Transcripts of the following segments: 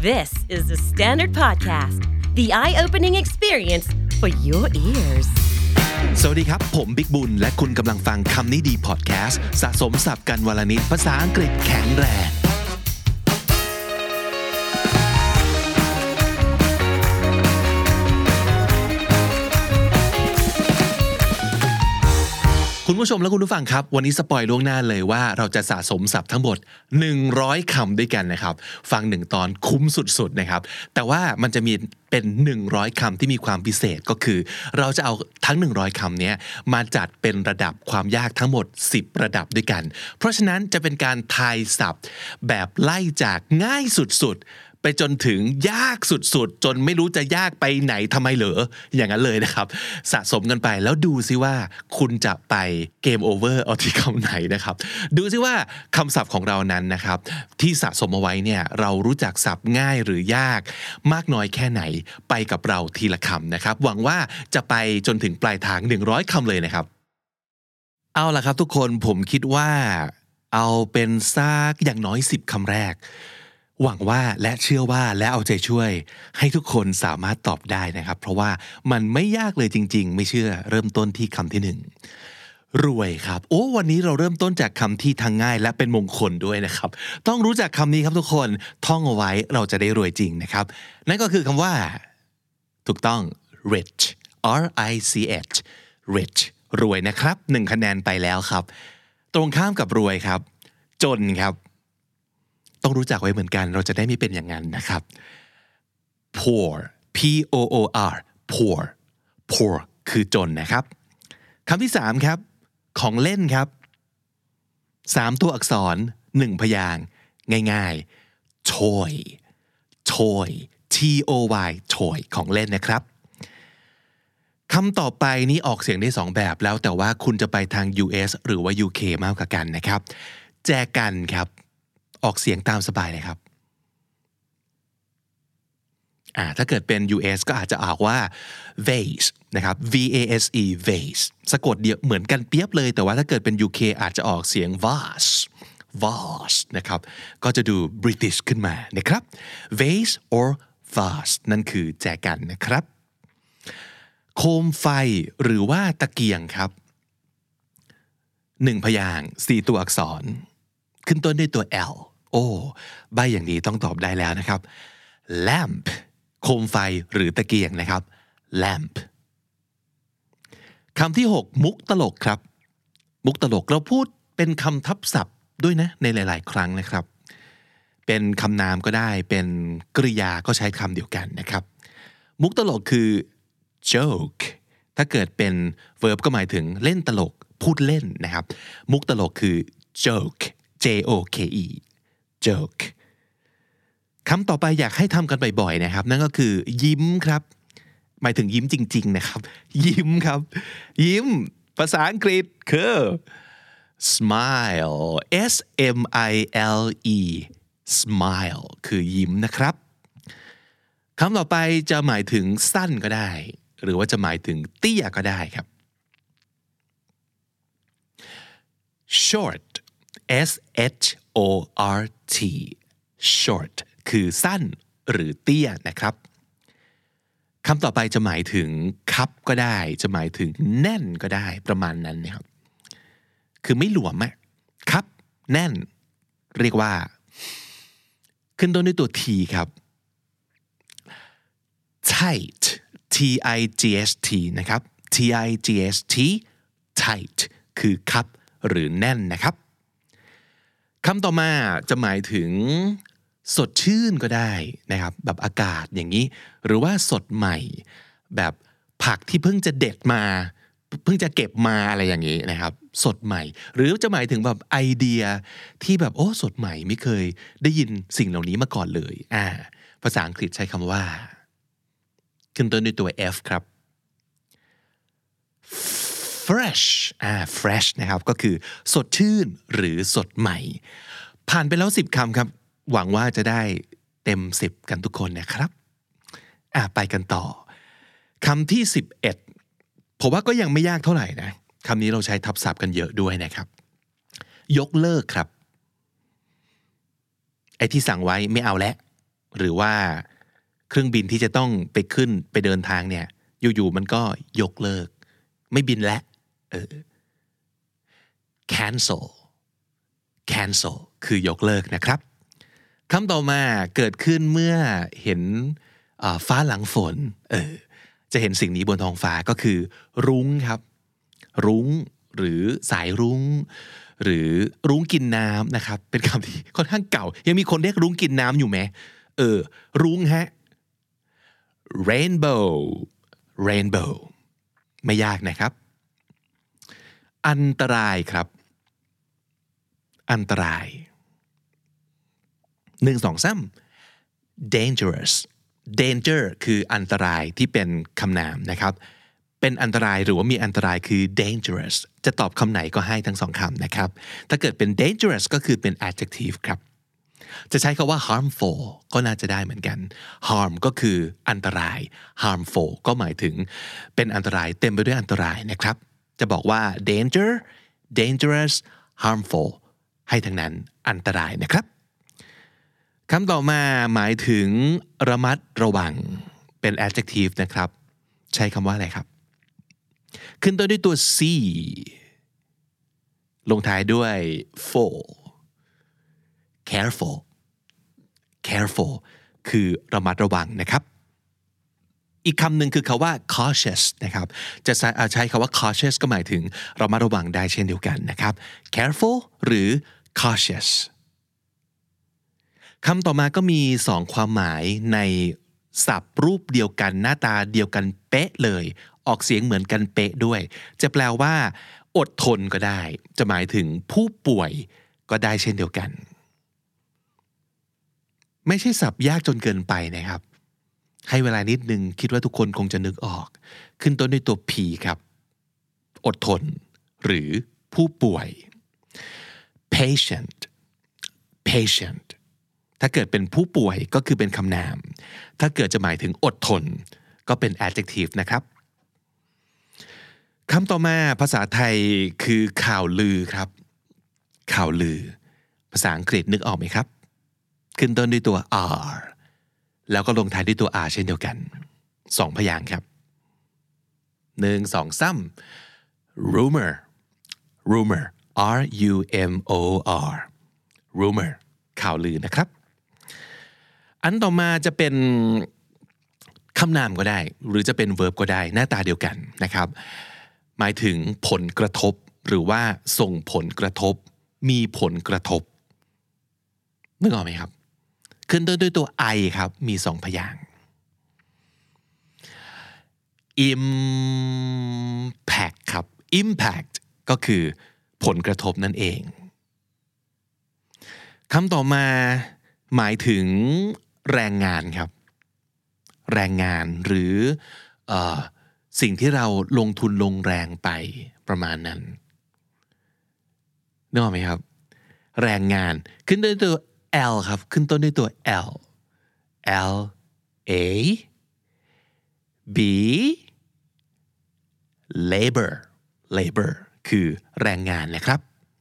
This is the Standard Podcast, the eye-opening experience for your ears. สวัสดีครับผมบิ๊กบุญและคุณกำลังฟังคำนี้ดีพอดแคสต์สะสมศัพท์กันวลนิดภาษาอังกฤษแข็งแรงคุณผู้ชมและคุณผู้ฟังครับวันนี้สปอยล่วงหน้าเลยว่าเราจะสะสมศัพท์ทั้งหมด100คำด้วยกันนะครับฟัง1ตอนคุ้มสุดๆนะครับแต่ว่ามันจะมีเป็น100คำที่มีความพิเศษก็คือเราจะเอาทั้ง100คำนี้มาจัดเป็นระดับความยากทั้งหมด10ระดับด้วยกันเพราะฉะนั้นจะเป็นการทายศัพท์แบบไล่จากง่ายสุดๆไปจนถึงยากสุดๆจนไม่รู้จะยากไปไหนทำไมเหรออย่างนั้นเลยนะครับสะสมกันไปแล้วดูซิว่าคุณจะไปเกมโอเวอร์เอาที่คำไหนนะครับดูซิว่าคำศัพท์ของเรานั้นนะครับที่สะสมเอาไว้เนี่ยเรารู้จักศัพท์ง่ายหรือยากมากน้อยแค่ไหนไปกับเราทีละคำนะครับหวังว่าจะไปจนถึงปลายทาง100คำเลยนะครับเอาล่ะครับทุกคนผมคิดว่าเอาเป็นซักอย่างน้อย10คำแรกหวังว่าและเชื่อว่าและเอาใจช่วยให้ทุกคนสามารถตอบได้นะครับเพราะว่ามันไม่ยากเลยจริงๆไม่เชื่อเริ่มต้นที่คำที่1รวยครับโอ้วันนี้เราเริ่มต้นจากคำที่ทั้งง่ายและเป็นมงคลด้วยนะครับต้องรู้จักคำนี้ครับทุกคนท่องเอาไว้เราจะได้รวยจริงนะครับนั่นก็คือคำว่าถูกต้อง rich R-I-C-H rich รวยนะครับ1คะแนนไปแล้วครับตรงข้ามกับรวยครับจนครับต้องรู้จักไว้เหมือนกันเราจะได้ไม่เป็นอย่างนั้นนะครับ poor P-O-O-R poor poor คือจนนะครับคำที่3ครับของเล่นครับ3ตัวอักษร1พยางค์ง่ายๆ toy toy T-O-Y toy ของเล่นนะครับคำต่อไปนี้ออกเสียงได้2แบบแล้วแต่ว่าคุณจะไปทาง US หรือว่า UK มากกว่ากันนะครับแจกันครับออกเสียงตามสบายเลยครับถ้าเกิดเป็น US ก็อาจจะออกว่า vase นะครับ V-A-S-E vase สะกดเดียวเหมือนกันเปียบเลยแต่ว่าถ้าเกิดเป็น UK อาจจะออกเสียง vase vase นะครับก็จะดู British ขึ้นมานะครับ vase or vase นั่นคือแจกันนะครับโคมไฟหรือว่าตะเกียงครับ1พยางค์4ตัวอักษรขึ้นต้นด้วยตัว L โอ้ใบอย่างนี้ต้องตอบได้แล้วนะครับ lamp โคมไฟหรือตะเกียงนะครับ lamp คำที่6มุกตลกครับมุกตลกเราพูดเป็นคำทับศัพท์ด้วยนะในหลายๆครั้งนะครับเป็นคำนามก็ได้เป็นกริยาก็ใช้คำเดียวกันนะครับมุกตลกคือ joke ถ้าเกิดเป็น verb ก็หมายถึงเล่นตลกพูดเล่นนะครับมุกตลกคือ joke J-O-K-E joke คำต่อไปอยากให้ทำกันบ่อยๆนะครับนั่นก็คือยิ้มครับหมายถึงยิ้มจริงๆนะครับยิ้มครับยิ้มภาษาอังกฤษคือ smile S-M-I-L-E smile คือยิ้มนะครับคำต่อไปจะหมายถึงสั้นก็ได้หรือว่าจะหมายถึงเตี้ยก็ได้ครับ short S-H-O-R-T short คือสั้นหรือเตี้ยนะครับคำต่อไปจะหมายถึงคับก็ได้จะหมายถึงแน่นก็ได้ประมาณนั้นนะครับคือไม่หลวมอะคับแน่นเรียกว่าขึ้นต้นด้วยตัว T ครับ tight T-I-G-H-T นะครับ T-I-G-H-T tight คือคับหรือแน่นนะครับคำต่อมาจะหมายถึงสดชื่นก็ได้นะครับแบบอากาศอย่างนี้หรือว่าสดใหม่แบบผักที่เพิ่งจะเด็ดมาเพิ่งจะเก็บมาอะไรอย่างนี้นะครับสดใหม่หรือจะหมายถึงแบบไอเดียที่แบบโอ้สดใหม่ไม่เคยได้ยินสิ่งเหล่านี้มาก่อนเลยภาษาอังกฤษใช้คำว่าขึ้นต้นด้วยตัว F ครับ fresh fresh นะครับก็คือสดชื่นหรือสดใหม่ผ่านไปแล้ว10คำครับหวังว่าจะได้เต็ม10กันทุกคนนะครับไปกันต่อคำที่11ผมว่าก็ยังไม่ยากเท่าไหร่นะคำนี้เราใช้ทับศัพท์กันเยอะด้วยนะครับยกเลิกครับไอ้ที่สั่งไว้ไม่เอาแล้วหรือว่าเครื่องบินที่จะต้องไปขึ้นไปเดินทางเนี่ยอยู่ๆมันก็ยกเลิกไม่บินแล้วcancel คือยกเลิกนะครับคำต่อมาเกิดขึ้นเมื่อเห็นฟ้าหลังฝนจะเห็นสิ่งนี้บนท้องฟ้าก็คือรุ้งครับรุ้งหรือสายรุ้งหรือรุ้งกินน้ำนะครับเป็นคำที่ค่อนข้างเก่ายังมีคนเรียกรุ้งกินน้ำอยู่ไหมรุ้งฮะ rainbow ไม่ยากนะครับอันตรายครับอันตราย1 2 3 dangerous danger คืออันตรายที่เป็นคำนามนะครับเป็นอันตรายหรือว่ามีอันตรายคือ dangerous จะตอบคำไหนก็ให้ทั้ง2คำนะครับถ้าเกิดเป็น dangerous ก็คือเป็น adjective ครับจะใช้คำว่า harmful ก็น่าจะได้เหมือนกัน harm ก็คืออันตราย harmful ก็หมายถึงเป็นอันตรายเต็มไปด้วยอันตรายนะครับจะบอกว่า danger dangerous harmful ให้ทั้งนั้นอันตรายนะครับคำต่อมาหมายถึงระมัดระวังเป็น adjective นะครับใช้คำว่าอะไรครับขึ้นต้นด้วยตัว c ลงท้ายด้วย full careful คือระมัดระวังนะครับอีกคำหนึ่งคือคำว่า cautious นะครับจะใช้คำว่า cautious ก็หมายถึงระมัดระวังได้เช่นเดียวกันนะครับ careful หรือ cautious คำต่อมาก็มี2ความหมายในศัพท์รูปเดียวกันหน้าตาเดียวกันเป๊ะเลยออกเสียงเหมือนกันเป๊ะด้วยจะแปลว่าอดทนก็ได้จะหมายถึงผู้ป่วยก็ได้เช่นเดียวกันไม่ใช่ศัพท์ยากจนเกินไปนะครับให้เวลานิดนึงคิดว่าทุกคนคงจะนึกออกขึ้นต้นด้วยตัว P ครับอดทนหรือผู้ป่วย patient ถ้าเกิดเป็นผู้ป่วยก็คือเป็นคำนามถ้าเกิดจะหมายถึงอดทนก็เป็น adjective นะครับคำต่อมาภาษาไทยคือข่าวลือครับข่าวลือภาษาอังกฤษนึกออกไหมครับขึ้นต้นด้วยตัว R แล้วก็ลงท้ายด้วยตัว R เช่นเดียวกัน2พยางค์ครับ1 2 3 rumor rumor ข่าวลือนะครับอันต่อมาจะเป็นคำนามก็ได้หรือจะเป็น verb ก็ได้หน้าตาเดียวกันนะครับหมายถึงผลกระทบหรือว่าส่งผลกระทบมีผลกระทบนึกออกไหมครับขึ้นต้นด้วยตัว I ครับมี2พยางค์ impact ครับ impact ก็คือผลกระทบนั่นเองคำต่อมาหมายถึงแรงงานครับแรงงานหรือสิ่งที่เราลงทุนลงแรงไปประมาณนั้นนึกออกไหมครับแรงงานขึ้นด้วยตัว L ครับขึ้นต้นด้วยตัว L A B labor คือแรงงานนะครับ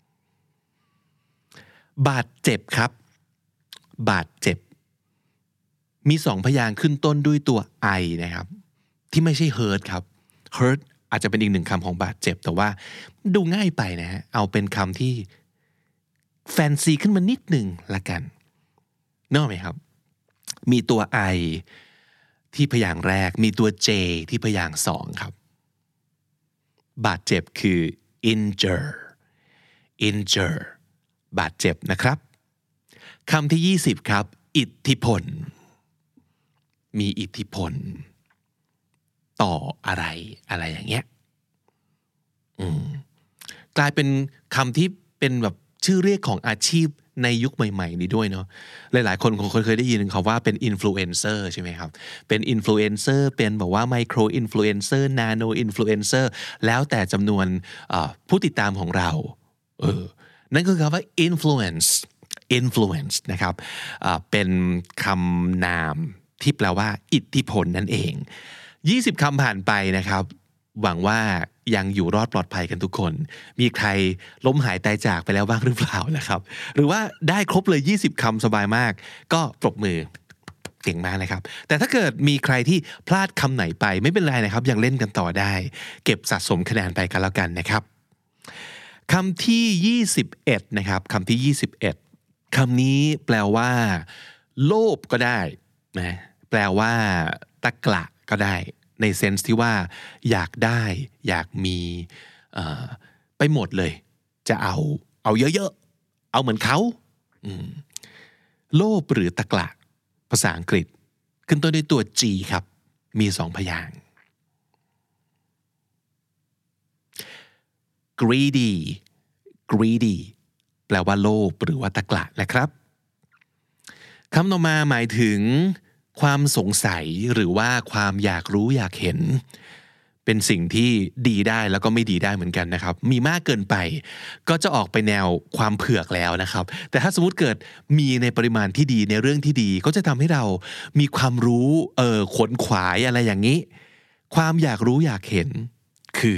บาดเจ็บครับบาดเจ็บมี2พยางค์ขึ้นต้นด้วยตัว I นะครับที่ไม่ใช่ hurt ครับ hurt อาจจะเป็นอีก1คำของบาดเจ็บแต่ว่าดูง่ายไปนะฮะเอาเป็นคำที่แฟนซีขึ้นมานิดหนึ่งละกันนึกออกไหมครับมีตัว I ที่พยางค์แรกมีตัว J ที่พยางค์2ครับบาดเจ็บคือ injure บาดเจ็บนะครับคำที่20ครับอิทธิพลมีอิทธิพลต่ออะไรอย่างเงี้ยกลายเป็นคำที่เป็นแบบชื่อเรียกของอาชีพในยุคใหม่ๆนี้ด้วยเนาะหลายๆคนคงเคยได้ยินคำว่าเป็นอินฟลูเอนเซอร์ใช่ไหมครับเป็นอินฟลูเอนเซอร์เป็นบอกว่าไมโครอินฟลูเอนเซอร์นาโนอินฟลูเอนเซอร์แล้วแต่จำนวนผู้ติดตามของเรานั่นคือคำว่า influence นะครับเป็นคำนามที่แปลว่าอิทธิพลนั่นเอง20คำผ่านไปนะครับหวังว่ายังอยู่รอดปลอดภัยกันทุกคนมีใครล้มหายตายจากไปแล้วบ้างหรือเปล่านะครับหรือว่าได้ครบเลย20คำสบายมากก็ปรบมือเก่งมากนะครับแต่ถ้าเกิดมีใครที่พลาดคำไหนไปไม่เป็นไรนะครับยังเล่นกันต่อได้เก็บสะสมคะแนนไปกันแล้วกันนะครับคำที่21นะครับคำที่21คำนี้แปลว่าโลภก็ได้นะแปลว่าตะกละก็ได้ในเซนส์ที่ว่าอยากได้อยากมีไปหมดเลยจะเอาเยอะๆเอาเหมือนเขาโลภหรือตะกละภาษาอังกฤษขึ้นต้นด้วยตัว G ครับมี2พยางค์ greedy แปลว่าโลภหรือว่าตะกละนะครับคำต่อมาหมายถึงความสงสัยหรือว่าความอยากรู้อยากเห็นเป็นสิ่งที่ดีได้แล้วก็ไม่ดีได้เหมือนกันนะครับมีมากเกินไปก็จะออกไปแนวความเผือกแล้วนะครับแต่ถ้าสมมุติเกิดมีในปริมาณที่ดีในเรื่องที่ดีก็จะทำให้เรามีความรู้ขวนขวายอะไรอย่างนี้ความอยากรู้อยากเห็นคือ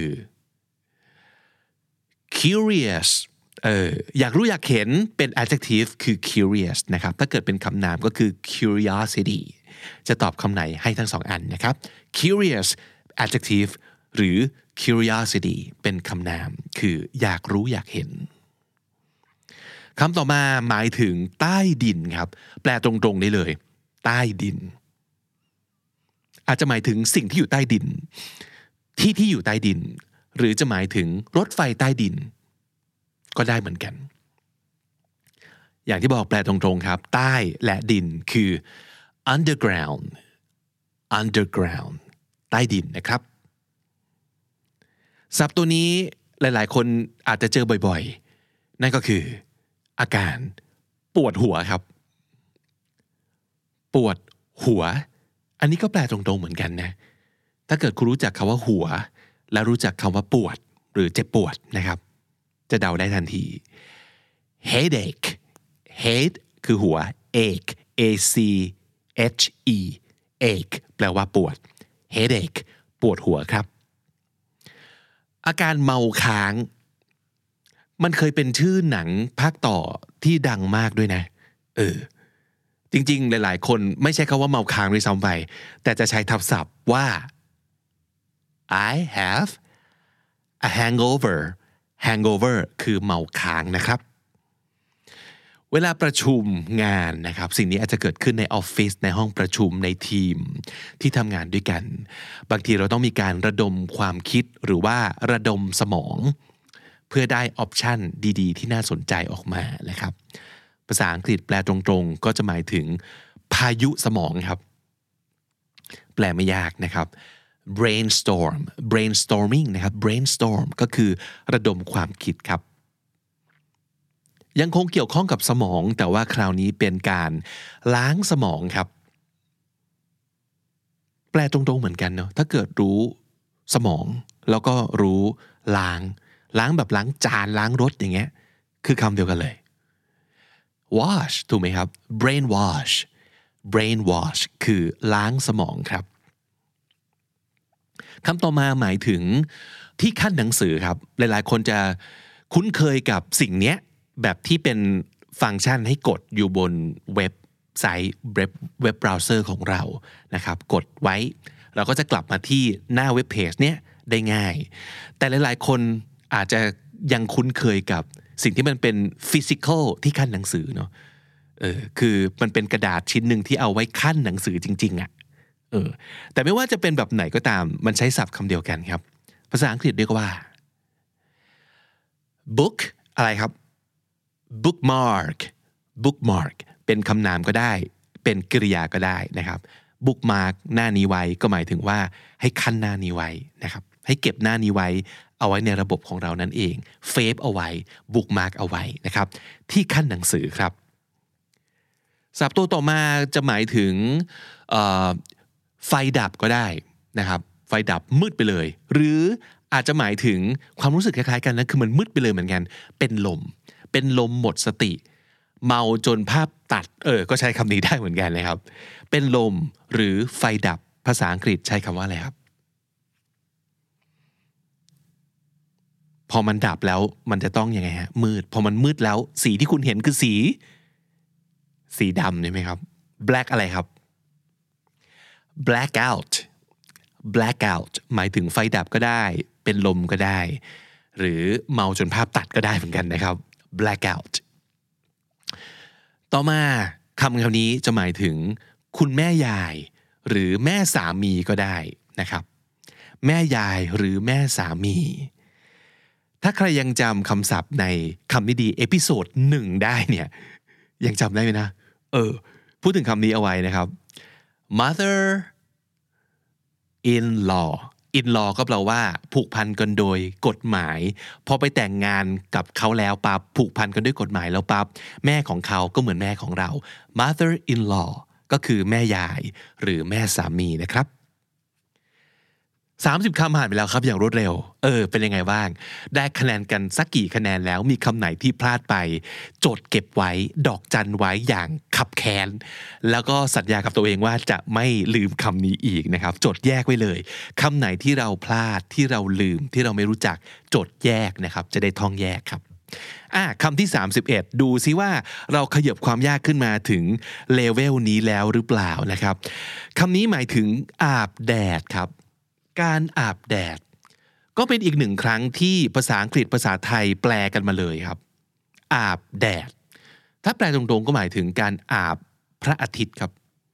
curiousอยากรู้อยากเห็นเป็น adjective คือ curious นะครับถ้าเกิดเป็นคำนามก็คือ curiosity จะตอบคำไหนให้ทั้ง2อันนะครับ curious adjective หรือ curiosity เป็นคำนามคืออยากรู้อยากเห็นคำต่อมาหมายถึงใต้ดินครับแปลตรงๆได้เลยใต้ดินอาจจะหมายถึงสิ่งที่อยู่ใต้ดินที่อยู่ใต้ดินหรือจะหมายถึงรถไฟใต้ดินก็ได้เหมือนกันอย่างที่บอกแปลตรงๆครับใต้และดินคือ underground ใต้ดินนะครับศัพท์ตัวนี้หลายๆคนอาจจะเจอบ่อยๆนั่นก็คืออาการปวดหัวครับปวดหัวอันนี้ก็แปลตรงๆเหมือนกันนะถ้าเกิดคุณรู้จักคำว่าหัวและรู้จักคำว่าปวดหรือเจ็บปวดนะครับจะเดาได้ทันที headache head คือหัว ache ache แปลว่าปวด headache ปวดหัวครับอาการเมาค้างมันเคยเป็นชื่อหนังภาคต่อที่ดังมากด้วยนะจริงๆหลายๆคนไม่ใช่คำว่าเมาค้างด้วยซ้ำไปแต่จะใช้ทับศัพท์ว่า I have a hangover คือเมาค้างนะครับเวลาประชุมงานนะครับสิ่งนี้อาจจะเกิดขึ้นในออฟฟิศในห้องประชุมในทีมที่ทำงานด้วยกันบางทีเราต้องมีการระดมความคิดหรือว่าระดมสมองเพื่อได้ออปชันดีๆที่น่าสนใจออกมานะครับภาษาอังกฤษแปลตรงๆก็จะหมายถึงพายุสมองครับแปลไม่ยากนะครับbrainstorming นะครับ brainstorm ก็คือระดมความคิดครับยังคงเกี่ยวข้องกับสมองแต่ว่าคราวนี้เป็นการล้างสมองครับแปลตรงๆเหมือนกันเนาะถ้าเกิดรู้สมองแล้วก็รู้ล้างแบบล้างจานล้างรถอย่างเงี้ยคือคำเดียวกันเลย wash ถูกไหมครับ brain wash คือล้างสมองครับคำต่อมาหมายถึงที่ขั้นหนังสือครับหลายๆคนจะคุ้นเคยกับสิ่งเนี้ยแบบที่เป็นฟังก์ชันให้กดอยู่บนเว็บไซต์เว็บเบราว์เซอร์ของเรานะครับกดไว้เราก็จะกลับมาที่หน้าเว็บเพจเนี้ยได้ง่ายแต่หลายๆคนอาจจะยังคุ้นเคยกับสิ่งที่มันเป็นฟิสิกอลที่ขั้นหนังสือเนาะคือมันเป็นกระดาษชิ้นหนึ่งที่เอาไว้ขั้นหนังสือจริงๆอ่ะแต่ไม่ว่าจะเป็นแบบไหนก็ตามมันใช้ศัพท์คำเดียวกันครับภาษาอังกฤษเรียกว่า book อะไรครับ bookmark เป็นคำนามก็ได้เป็นกริยาก็ได้นะครับ bookmark หน้านี้ไว้ก็หมายถึงว่าให้ขั้นหน้านี้ไว้นะครับให้เก็บหน้านี้ไว้เอาไว้ในระบบของเรานั่นเองเฟฟเอาไว้ bookmark เอาไว้นะครับที่ขั้นหนังสือครับศัพท์ตัวต่อมาจะหมายถึงไฟดับก็ได้นะครับไฟดับมืดไปเลยหรืออาจจะหมายถึงความรู้สึกคล้ายๆกันนะคือมันมืดไปเลยเหมือนกันเป็นลมหมดสติเมาจนภาพตัดก็ใช้คำนี้ได้เหมือนกันนะครับเป็นลมหรือไฟดับภาษาอังกฤษใช้คำว่าอะไรครับพอมันดับแล้วมันจะต้องยังไงฮะมืดพอมันมืดแล้วสีที่คุณเห็นคือสีดำใช่ไหมครับ black อะไรครับ blackout หมายถึงไฟดับก็ได้เป็นลมก็ได้หรือเมาจนภาพตัดก็ได้เหมือนกันนะครับ blackout ต่อมาคำนี้จะหมายถึงคุณแม่ยายหรือแม่สามีก็ได้นะครับแม่ยายหรือแม่สามีถ้าใครยังจำคำศัพท์ในคำนี้ดีเอพิโซด1ได้เนี่ยยังจำได้ไหมนะพูดถึงคำนี้เอาไว้นะครับ mother in law in law ก็แปลว่าผูกพันกันโดยกฎหมายพอไปแต่งงานกับเขาแล้วปั๊บผูกพันกันด้วยกฎหมายแล้วปั๊บแม่ของเขาก็เหมือนแม่ของเรา mother in law ก็คือแม่ยายหรือแม่สามีนะครับ30 คำผ่านไปแล้วครับอย่างรวดเร็วเป็นยังไงบ้างได้คะแนนกันสักกี่คะแนนแล้วมีคำไหนที่พลาดไปจดเก็บไว้ดอกจันไว้อย่างขับแค้นแล้วก็สัญญากับตัวเองว่าจะไม่ลืมคำนี้อีกนะครับจดแยกไว้เลยคำไหนที่เราพลาดที่เราลืมที่เราไม่รู้จักจดแยกนะครับจะได้ท่องแยกครับคำที่31ดูซิว่าเราขยับความยากขึ้นมาถึงเลเวลนี้แล้วหรือเปล่านะครับคำนี้หมายถึงอาบแดดครับการอาบแดดก็เป็นอีกหนึ่งครั้งที่ภาษาอังกฤษภาษาไทยแปลกันมาเลยครับอาบแดดถ้าแปลตรงๆก็หมายถึงการอาบพระอาทิตย์ครับ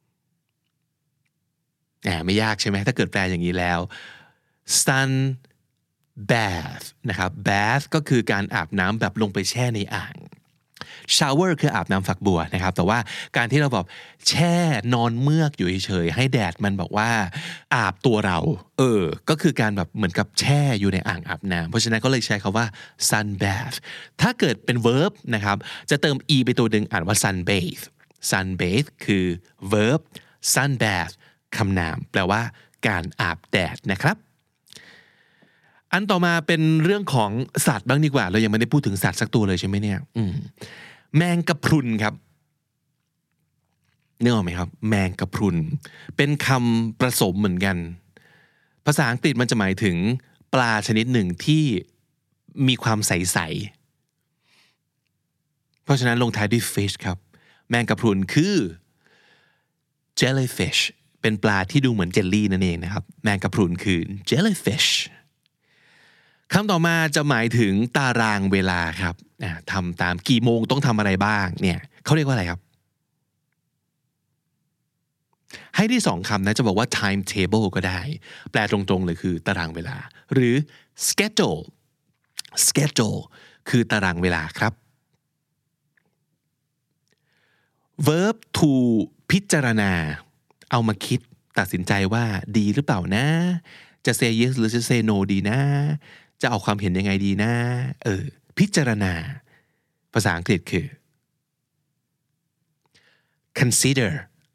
ไม่ยากใช่ไหมถ้าเกิดแปลอย่างนี้แล้ว sun bath นะครับ bath ก็คือการอาบน้ำแบบลงไปแช่ในอ่าง shower คืออาบน้ำฝักบัวนะครับแต่ว่าการที่เราแบบแช่นอนเมือกอยู่เฉยๆให้แดดมันบอกว่าอาบตัวเราก็คือการแบบเหมือนกับแช่อยู่ในอ่างอาบน้ำเพราะฉะนั้นก็เลยใช้คำว่า sun bath ถ้าเกิดเป็น verb นะครับจะเติม e ไปตัวหนึ่งอ่านว่า sunbathe sunbathe คือ verb sun bath คำนามแปลว่าการอาบแดดนะครับอันต่อมาเป็นเรื่องของสัตว์บ้างดีกว่าเรายังไม่ได้พูดถึงสัตว์สักตัวเลยใช่ไหมเนี่ยแมงกะพรุนครับนึกออกไหมครับแมงกะพรุนเป็นคำผสมเหมือนกันภาษาอังกฤษมันจะหมายถึงปลาชนิดหนึ่งที่มีความใสๆเพราะฉะนั้นลงท้ายด้วย fish ครับแมงกะพรุนคือ jellyfish เป็นปลาที่ดูเหมือนเจลลี่นั่นเองนะครับแมงกะพรุนคือ jellyfishคำต่อมาจะหมายถึงตารางเวลาครับทำตามกี่โมงต้องทำอะไรบ้างเนี่ยเขาเรียกว่าอะไรครับให้ที่2คำนะจะบอกว่า timetable ก็ได้แปลตรงๆเลยคือตารางเวลาหรือ schedule คือตารางเวลาครับ verb to พิจารณาเอามาคิดตัดสินใจว่าดีหรือเปล่านะจะ say yes หรือจะ say no ดีนะจะเอาความเห็นยังไงดีนะพิจารณาภาษาอังกฤษคือ consider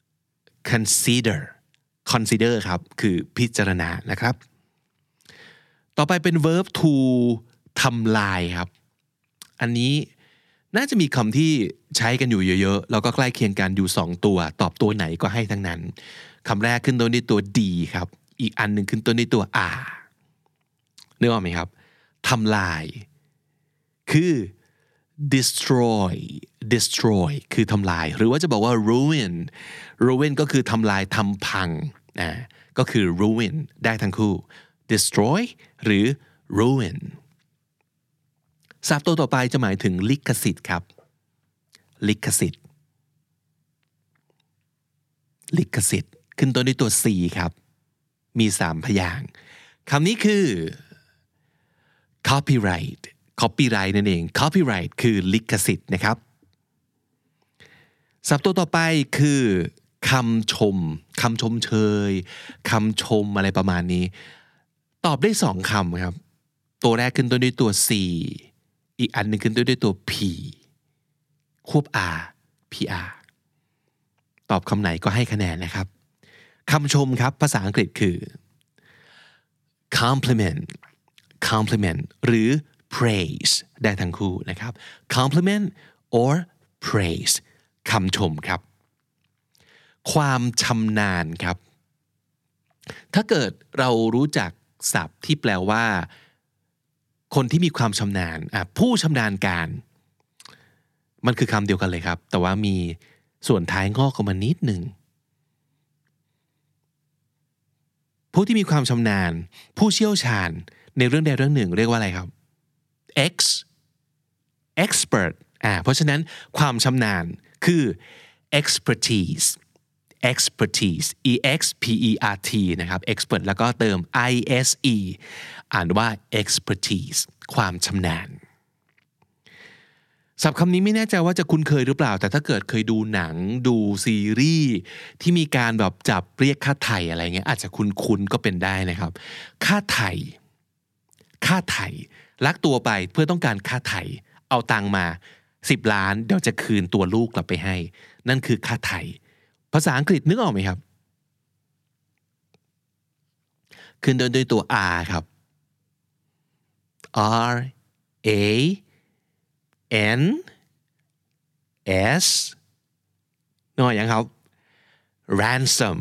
ครับคือพิจารณานะครับต่อไปเป็น verb to ทำลายครับอันนี้น่าจะมีคำที่ใช้กันอยู่เยอะๆแล้วก็ใกล้เคียงกันอยู่2ตัวตอบตัวไหนก็ให้ทั้งนั้นคำแรกขึ้นต้นด้วยตัว D ครับอีกอันหนึ่งขึ้นต้นด้วยตัว R นึกออกไหมครับทำลายคือ destroy คือทำลายหรือว่าจะบอกว่า ruin ก็คือทำลายทำพังก็คือ ruin ได้ทั้งคู่ destroy หรือ ruin ศัพท์ตัวต่อไปจะหมายถึงลิขสิทธิ์ครับลิขสิทธิ์ขึ้นต้นด้วยตัว C ครับมี3พยางค์คำนี้คือ copyright นั่นเอง copyright คือลิขสิทธิ์นะครับศัพท์ตัวต่อไปคือคำชมเชยคำชมอะไรประมาณนี้ตอบได้2คำครับตัวแรกขึ้นต้นด้วยตัว C อีกอันหนึ่งขึ้นต้นด้วยตัว P ควบ R PR ตอบคำไหนก็ให้คะแนนนะครับคำชมครับภาษาอังกฤษคือ compliment หรือ praise ได้ทั้งคู่นะครับ compliment or praise คำชมครับความชำนาญครับถ้าเกิดเรารู้จักศัพท์ที่แปลว่าคนที่มีความชำนาญผู้ชำนาญการมันคือคำเดียวกันเลยครับแต่ว่ามีส่วนท้ายงอกเข้ามานิดหนึ่งผู้ที่มีความชำนาญผู้เชี่ยวชาญในเรื่องใดเรื่องหนึ่งเรียกว่าอะไรครับ expert เพราะฉะนั้นความชำนาญคือ expertiseนะครับ expert แล้วก็เติม ise อ่านว่า expertise ความชำนาญศัพท์คำนี้ไม่แน่ใจว่าจะคุ้นเคยหรือเปล่าแต่ถ้าเกิดเคยดูหนังดูซีรีส์ที่มีการแบบจับเรียกค่าไถ่อะไรเงี้ยอาจจะคุ้นๆก็เป็นได้นะครับค่าไถ่ลักตัวไปเพื่อต้องการค่าไถ่เอาตังค์มา10 ล้านเดี๋ยวจะคืนตัวลูกกลับไปให้นั่นคือค่าไถ่ภาษาอังกฤษนึกออกไหมครับขึ้นด้วยตัว R ครับ R A N S นึกออกยังครับ ransom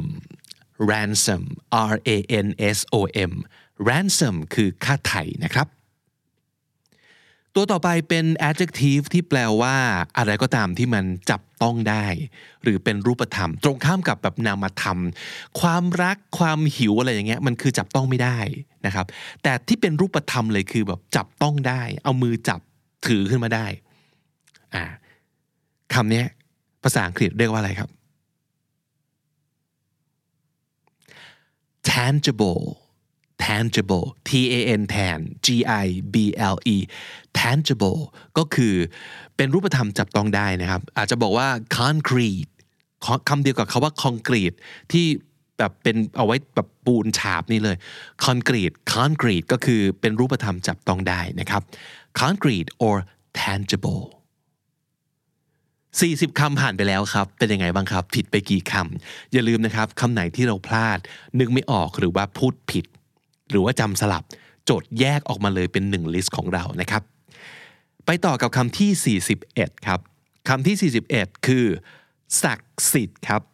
R A N S O M ransom คือค่าไถ่นะครับตัวต่อไปเป็น adjective ที่แปลว่าอะไรก็ตามที่มันจับต้องได้หรือเป็นรูปธรรมตรงข้ามกับแบบนามธรรมความรักความหิวอะไรอย่างเงี้ยมันคือจับต้องไม่ได้นะครับแต่ที่เป็นรูปธรรมเลยคือแบบจับต้องได้เอามือจับถือขึ้นมาได้คำนี้ภาษาอังกฤษเรียกว่าอะไรครับ tangible T A N tan G I B L E tangible ก็คือเป็นรูปธรรมจับต้องได้นะครับอาจจะบอกว่า concrete คำเดียวกับคำว่า concrete ที่แบบเป็นเอาไว้แบบปูนฉาบนี่เลย concrete ก็คือเป็นรูปธรรมจับต้องได้นะครับ concrete or tangible 40 คำผ่านไปแล้วครับเป็นยังไงบ้างครับผิดไปกี่คำอย่าลืมนะครับคำไหนที่เราพลาดนึกไม่ออกหรือว่าพูดผิดหรือว่าจำสลับโจทย์แยกออกมาเลยเป็น1ลิสต์ของเรานะครับไปต่อกับคำที่41ครับคำที่41คือศักดิ์สิทธิ์ครับ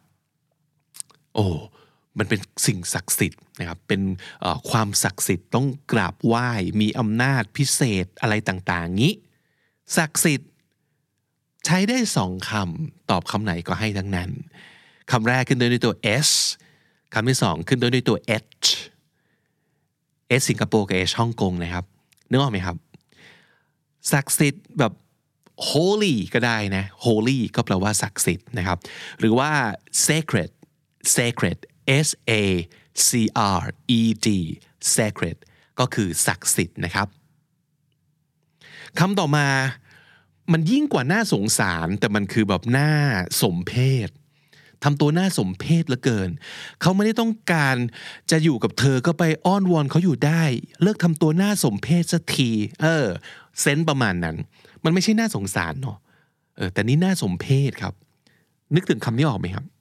มันเป็นสิ่งศักดิ์สิทธิ์นะครับเป็นความศักดิ์สิทธิ์ต้องกราบไหว้มีอำนาจพิเศษอะไรต่างๆงี้ศักดิ์สิทธิ์ใช้ได้2คำตอบคำไหนก็ให้ทั้งนั้นคำแรกขึ้นด้วยตัว S คำที่2ขึ้นด้วยตัว H S สิงคโปร์กับ H ฮ่องกงนะครับนึกออกไหมครับศักดิ์สิทธิ์แบบ holy ก็ได้นะ holy ก็แปลว่าศักดิ์สิทธิ์นะครับหรือว่า sacred S A C R E D sacred ก็คือศักดิ์สิทธิ์นะครับคำต่อมามันยิ่งกว่าน่าสงสารแต่มันคือแบบน่าสมเพชทำตัวน่าสมเพชเหลือเกินเขาไม่ได้ต้องการจะอยู่กับเธอก็ไปอ้อนวอนเขาอยู่ได้เลิกทำตัวน่าสมเพชสักทีเซนส์ประมาณนั้นมันไม่ใช่น่าสงสารเนาะแต่นี่น่าสมเพชครับนึกถึงคำนี้ออกไหมครับ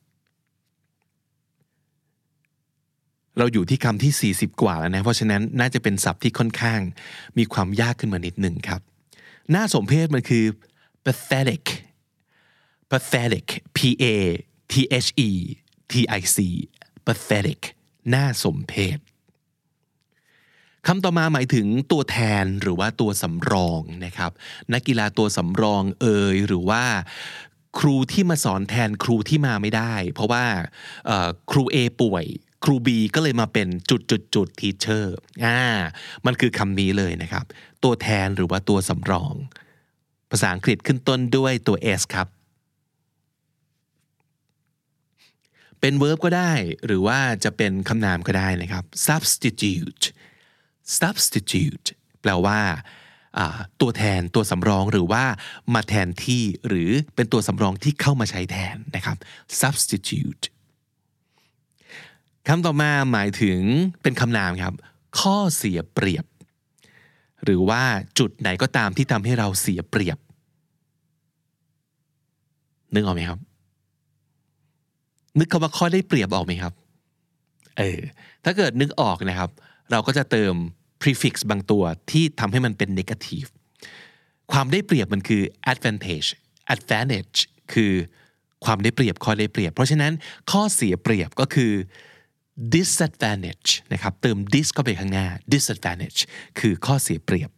เราอยู่ที่คำที่40กว่าแล้วนะเพราะฉะนั้นน่าจะเป็นศัพท์ที่ค่อนข้างมีความยากขึ้นมานิดหนึ่งครับน่าสมเพชมันคือ pathetic P A T H E T I C pathetic น่าสมเพชคำต่อมาหมายถึงตัวแทนหรือว่าตัวสำรองนะครับนักกีฬาตัวสำรองหรือว่าครูที่มาสอนแทนครูที่มาไม่ได้เพราะว่าครู A ป่วยครู B ก็เลยมาเป็นจุดteacher มันคือคำนี้เลยนะครับตัวแทนหรือว่าตัวสำรองภาษาอังกฤษขึ้นต้นด้วยตัว S ครับเป็น verb ก็ได้หรือว่าจะเป็นคำนามก็ได้นะครับ substitute แปลว่าตัวแทนตัวสำรองหรือว่ามาแทนที่หรือเป็นตัวสำรองที่เข้ามาใช้แทนนะครับ substitute คำต่อมาหมายถึงเป็นคำนามครับข้อเสียเปรียบหรือว่าจุดไหนก็ตามที่ทำให้เราเสียเปรียบนึกออกไหมครับนึกคำว่าข้อได้เปรียบออกไหมครับถ้าเกิดนึกออกนะครับเราก็จะเติม prefix บางตัวที่ทำให้มันเป็น negative ความได้เปรียบมันคือ advantage คือความได้เปรียบข้อได้เปรียบเพราะฉะนั้นข้อเสียเปรียบก็คือ disadvantage นะครับเติม dis เข้าไปข้างหน้า disadvantage คือข้อเสียเปรียบ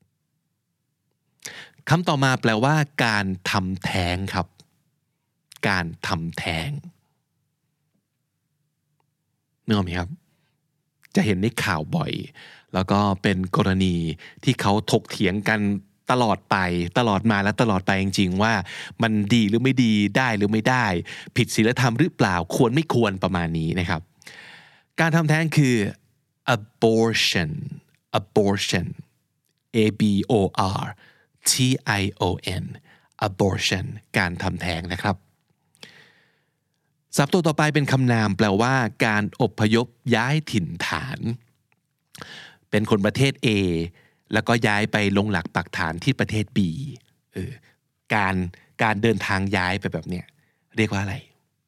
คำต่อมาแปลว่าการทำแท้งครับการทำแท้งนึกออกไหมครับจะเห็นในข่าวบ่อยแล้วก็เป็นกรณีที่เขาถกเถียงกันตลอดไปตลอดมาและตลอดไปจริงๆว่ามันดีหรือไม่ดีได้หรือไม่ได้ผิดศีลธรรมหรือเปล่าควรไม่ควรประมาณนี้นะครับการทำแท้งคือ abortion A B O R T I O N abortion การทำแท้งนะครับศัพท์ตัวต่อไปเป็นคำนามแปลว่าการอพยพย้ายถิ่นฐานเป็นคนประเทศ A แล้วก็ย้ายไปลงหลักปักฐานที่ประเทศ B การเดินทางย้ายไปแบบเนี้ยเรียกว่าอะไร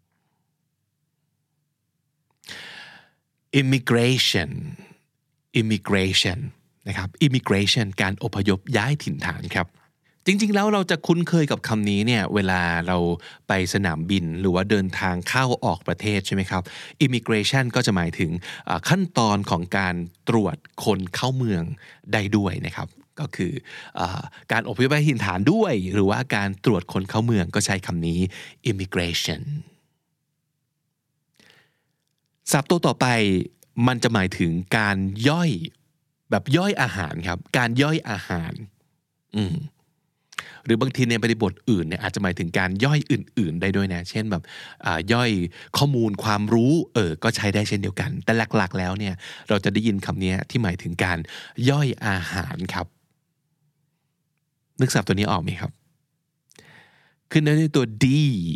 immigration นะครับ immigration การอพยพย้ายถิ่นฐานครับจริงๆแล้วเราจะคุ้นเคยกับคำนี้เนี่ยเวลาเราไปสนามบินหรือว่าเดินทางเข้าออกประเทศใช่ไหมครับ immigration ก็จะหมายถึงขั้นตอนของการตรวจคนเข้าเมืองได้ด้วยนะครับก็คือการอพยพย้ายถิ่นฐานด้วยหรือว่าการตรวจคนเข้าเมืองก็ใช้คำนี้ immigration ศัพท์ตัวต่อไปมันจะหมายถึงการย่อยแบบย่อยอาหารครับการย่อยอาหารหรือบางทีในบริบทอื่นเนี่ยอาจจะหมายถึงการย่อยอื่นๆได้ด้วยนะเช่นแบบย่อยข้อมูลความรู้ก็ใช้ได้เช่นเดียวกันแต่หลักๆแล้วเนี่ยเราจะได้ยินคำนี้ที่หมายถึงการย่อยอาหารครับนึกศัพท์ตัวนี้ออกไหมครับขึ้นด้วยตัว D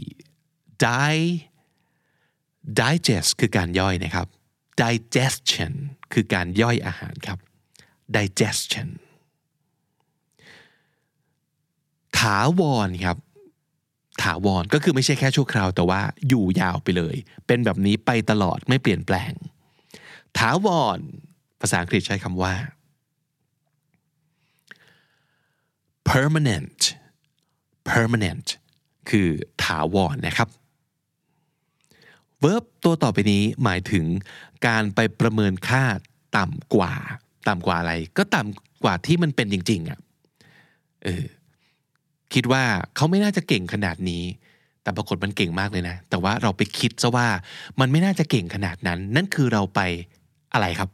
digest คือการย่อยนะครับ digestion คือการย่อยอาหารครับ digestionถาวรครับถาวรก็คือไม่ใช่แค่ชั่วคราวแต่ว่าอยู่ยาวไปเลยเป็นแบบนี้ไปตลอดไม่เปลี่ยนแปลงถาวรภาษาอังกฤษใช้คำว่า permanent คือถาวรนะครับ verb ตัวต่อไปนี้หมายถึงการไปประเมินค่าต่ำกว่าอะไรก็ต่ำกว่าที่มันเป็นจริงๆคิดว่าเขาไม่น่าจะเก่งขนาดนี้แต่ปรากฏมันเก่งมากเลยนะแต่ว่าเราไปคิดซะว่ามันไม่น่าจะเก่งขนาดนั้นนั่นคือเราไปอะไรครับ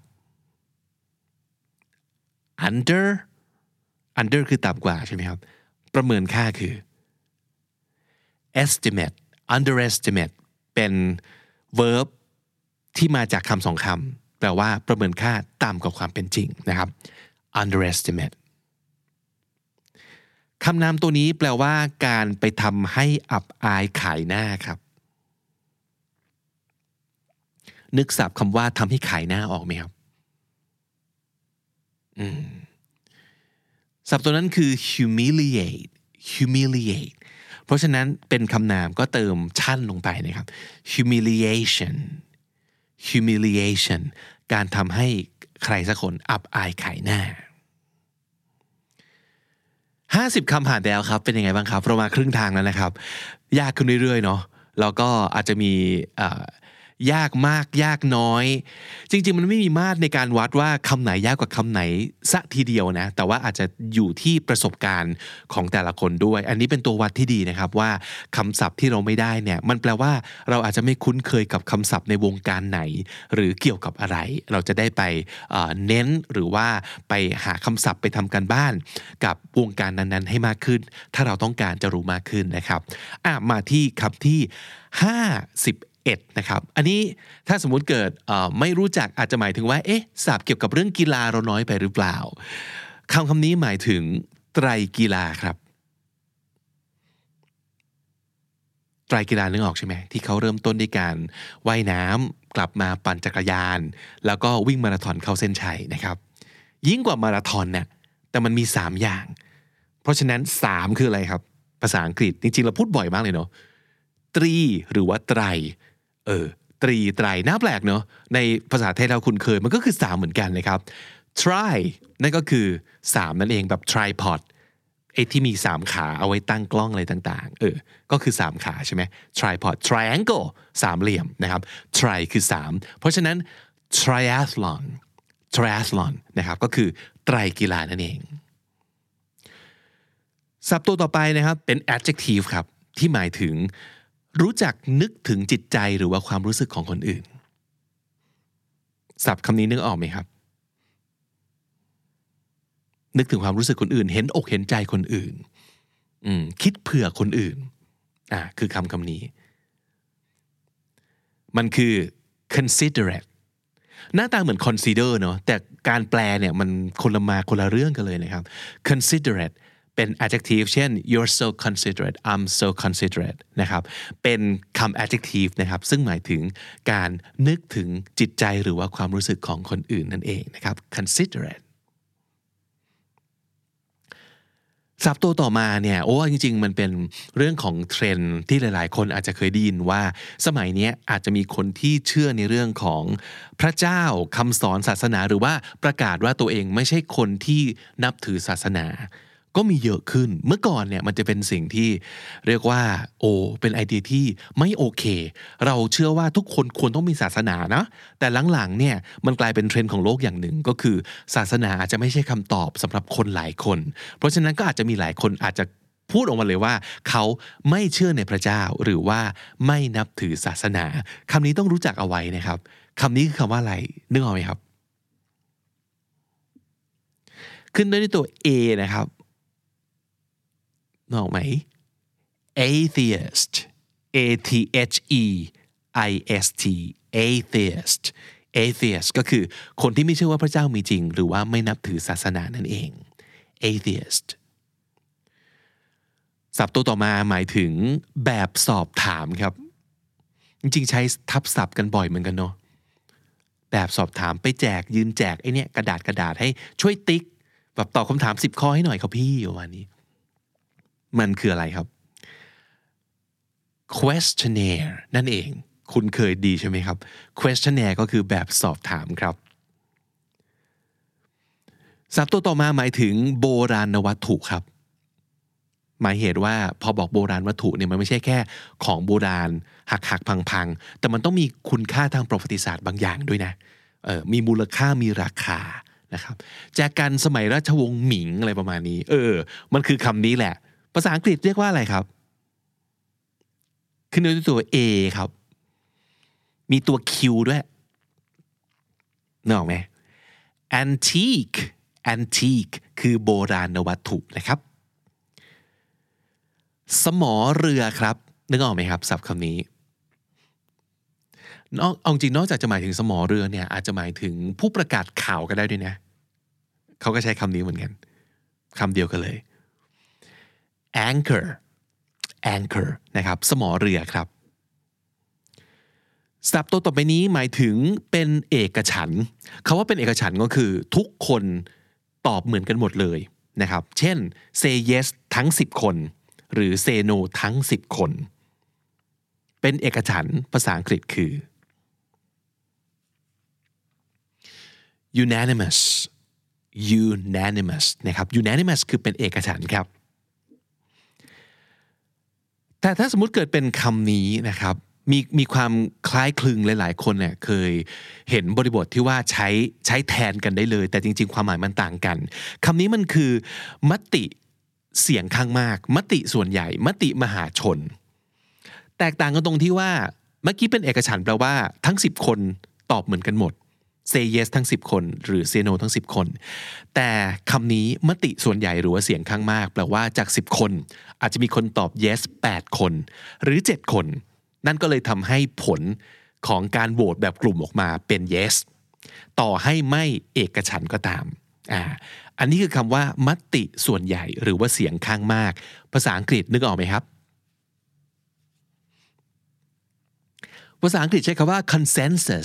under คือต่ำกว่าใช่ไหมครับประเมินค่าคือ underestimate เป็น verb ที่มาจากคำสองคำแปลว่าประเมินค่าต่ำกว่าความเป็นจริงนะครับ underestimateคำนามตัวนี้แปลว่าการไปทำให้อับอายขายหน้าครับนึกศัพท์คำว่าทำให้ขายหน้าออกไหมครับศัพท์ตัวนั้นคือ humiliate เพราะฉะนั้นเป็นคำนามก็เติมชั่นลงไปนะครับ humiliation การทำให้ใครสักคนอับอายขายหน้า50 คำผ่านไปแล้วครับเป็นยังไงบ้างครับเรามาครึ่งทางแล้วนะครับยากขึ้นเรื่อยๆเนาะแล้วก็อาจจะมียากมากยากน้อยจริงๆมันไม่มีมาตรในการวัดว่าคำไหนยากกว่าคำไหนซะทีเดียวนะแต่ว่าอาจจะอยู่ที่ประสบการณ์ของแต่ละคนด้วยอันนี้เป็นตัววัดที่ดีนะครับว่าคำศัพท์ที่เราไม่ได้เนี่ยมันแปลว่าเราอาจจะไม่คุ้นเคยกับคำศัพท์ในวงการไหนหรือเกี่ยวกับอะไรเราจะได้ไปเน้นหรือว่าไปหาคำศัพท์ไปทำการบ้านกับวงการนั้นๆให้มากขึ้นถ้าเราต้องการจะรู้มากขึ้นนะครับมาที่คำที่51นะครับอันนี้ถ้าสมมุติเกิดไม่รู้จักอาจจะหมายถึงว่าศัพท์เกี่ยวกับเรื่องกีฬาเราน้อยไปหรือเปล่าคำนี้หมายถึงไตรกีฬาครับไตรกีฬานึกออกใช่ไหมที่เขาเริ่มต้นด้วยการว่ายน้ำกลับมาปั่นจักรยานแล้วก็วิ่งมาราธอนเข้าเส้นชัยนะครับยิ่งกว่ามาราธอนเนี่ยแต่มันมี3อย่างเพราะฉะนั้น3คืออะไรครับภาษาอังกฤษจริงๆเราพูดบ่อยมากเลยเนาะตรีหรือว่าไตรตรีไตรน่าแปลกเนาะในภาษาไทยเราคุ้นเคยมันก็คือ3เหมือนกันเลยครับ try นั่นก็คือ3นั่นเองแบบ tripod ที่มี3ขาเอาไว้ตั้งกล้องอะไรต่างๆก็คือ3ขาใช่ไหม tripod triangle สามเหลี่ยมนะครับ try คือ3เพราะฉะนั้น triathlon นะครับก็คือไตรกีฬานั่นเองศัพท์ตัวต่อไปนะครับเป็น adjective ครับที่หมายถึงรู้จักนึกถึงจิตใจหรือว่าความรู้สึกของคนอื่นศัพท์คำนี้นึกออกไหมครับนึกถึงความรู้สึกคนอื่นเห็นอกเห็นใจคนอื่นคิดเผื่อคนอื่นคือคำนี้มันคือ considerate หน้าตาเหมือน consider เนาะแต่การแปลเนี่ยมันคนละเรื่องกันเลยนะครับ considerate เป็น adjective เช่น you're so considerate I'm so considerate นะครับเป็นคำ adjective นะครับซึ่งหมายถึงการนึกถึงจิตใจหรือว่าความรู้สึกของคนอื่นนั่นเองนะครับ considerateศัพท์ตัวต่อมาเนี่ยจริงๆมันเป็นเรื่องของเทรนด์ที่หลายๆคนอาจจะเคยได้ยินว่าสมัยนี้อาจจะมีคนที่เชื่อในเรื่องของพระเจ้าคำสอนศาสนาหรือว่าประกาศว่าตัวเองไม่ใช่คนที่นับถือศาสนาก็มีเยอะขึ้นเมื่อก่อนเนี่ยมันจะเป็นสิ่งที่เรียกว่าเป็นไอเดียที่ไม่โอเคเราเชื่อว่าทุกคนควรต้องมีศาสนานะแต่หลังๆเนี่ยมันกลายเป็นเทรนด์ของโลกอย่างหนึ่งก็คือศาสนาอาจจะไม่ใช่คำตอบสำหรับคนหลายคนเพราะฉะนั้นก็อาจจะมีหลายคนอาจจะพูดออกมาเลยว่าเขาไม่เชื่อในพระเจ้าหรือว่าไม่นับถือศาสนาคำนี้ต้องรู้จักเอาไว้นะครับคำนี้คือคำว่าอะไรนึกออกไหมครับขึ้นด้วยตัว A นะครับนึกออกไหม atheist atheist atheist atheist ก็คือคนที่ไม่เชื่อว่าพระเจ้ามีจริงหรือว่าไม่นับถือศาสนานั่นเอง atheist ศัพท์ตัวต่อมาหมายถึงแบบสอบถามครับจริงๆใช้ทับศัพท์กันบ่อยเหมือนกันเนาะแบบสอบถามไปยืนแจกไอ้เนี่ยกระดาษให้ช่วยติ๊กแบบตอบคำถาม10ข้อให้หน่อยครับพี่ประมาณนี้มันคืออะไรครับ questionnaire นั่นเองคุณเคยดีใช่ไหมครับ questionnaire ก็คือแบบสอบถามครับศัพท์ตัวต่อมาหมายถึงโบราณวัตถุครับหมายเหตุว่าพอบอกโบราณวัตถุเนี่ยมันไม่ใช่แค่ของโบราณหักพังแต่มันต้องมีคุณค่าทางประวัติศาสตร์บางอย่างด้วยนะมีมูลค่ามีราคานะครับแจกันสมัยราชวงศ์หมิงอะไรประมาณนี้มันคือคำนี้แหละภาษาอังกฤษเรียกว่าอะไรครับขึ้นด้วยตัว A ครับมีตัว Q ด้วยนึกออกไหม antique คือโบราณวัตถุนะครับสมอเรือครับนึกออกไหมครับศัพท์คำนี้เอาจริงนอกจากจะหมายถึงสมอเรือเนี่ยอาจจะหมายถึงผู้ประกาศข่าวก็ได้ด้วยนะเขาก็ใช้คำนี้เหมือนกันคำเดียวกันเลย anchor นะครับสมอเรือครับศัพท์ตัวต่อไปนี้หมายถึงเป็นเอกฉันท์คำว่าเป็นเอกฉันท์ก็คือทุกคนตอบเหมือนกันหมดเลยนะครับเช่น say yes ทั้ง10คนหรือ say no ทั้ง10คนเป็นเอกฉันท์ภาษาอังกฤษคือ unanimous นะครับ unanimous คือเป็นเอกฉันท์ครับแต่ถ้าสมมุติเกิดเป็นคำนี้นะครับมีความคล้ายคลึงหลายๆคนเนี่ยเคยเห็นบริบทที่ว่าใช้แทนกันได้เลยแต่จริงๆความหมายมันต่างกันคำนี้มันคือมติเสียงข้างมากมติส่วนใหญ่มติมหาชนแตกต่างกันตรงที่ว่าเมื่อกี้เป็นเอกฉันท์แปลว่าทั้ง10คนตอบเหมือนกันหมด say yes ทั้ง10คนหรือ say no ทั้ง10คนแต่คำนี้มติส่วนใหญ่หรือว่าเสียงข้างมากแปลว่าจาก10คนอาจจะมีคนตอบ yes 8คนหรือ7คนนั่นก็เลยทำให้ผลของการโหวตแบบกลุ่มออกมาเป็น yes ต่อให้ไม่เอกฉันท์ก็ตามอันนี้คือคำว่ามติส่วนใหญ่หรือว่าเสียงข้างมากภาษาอังกฤษนึกออกไหมครับภาษาอังกฤษใช้คำว่า consensus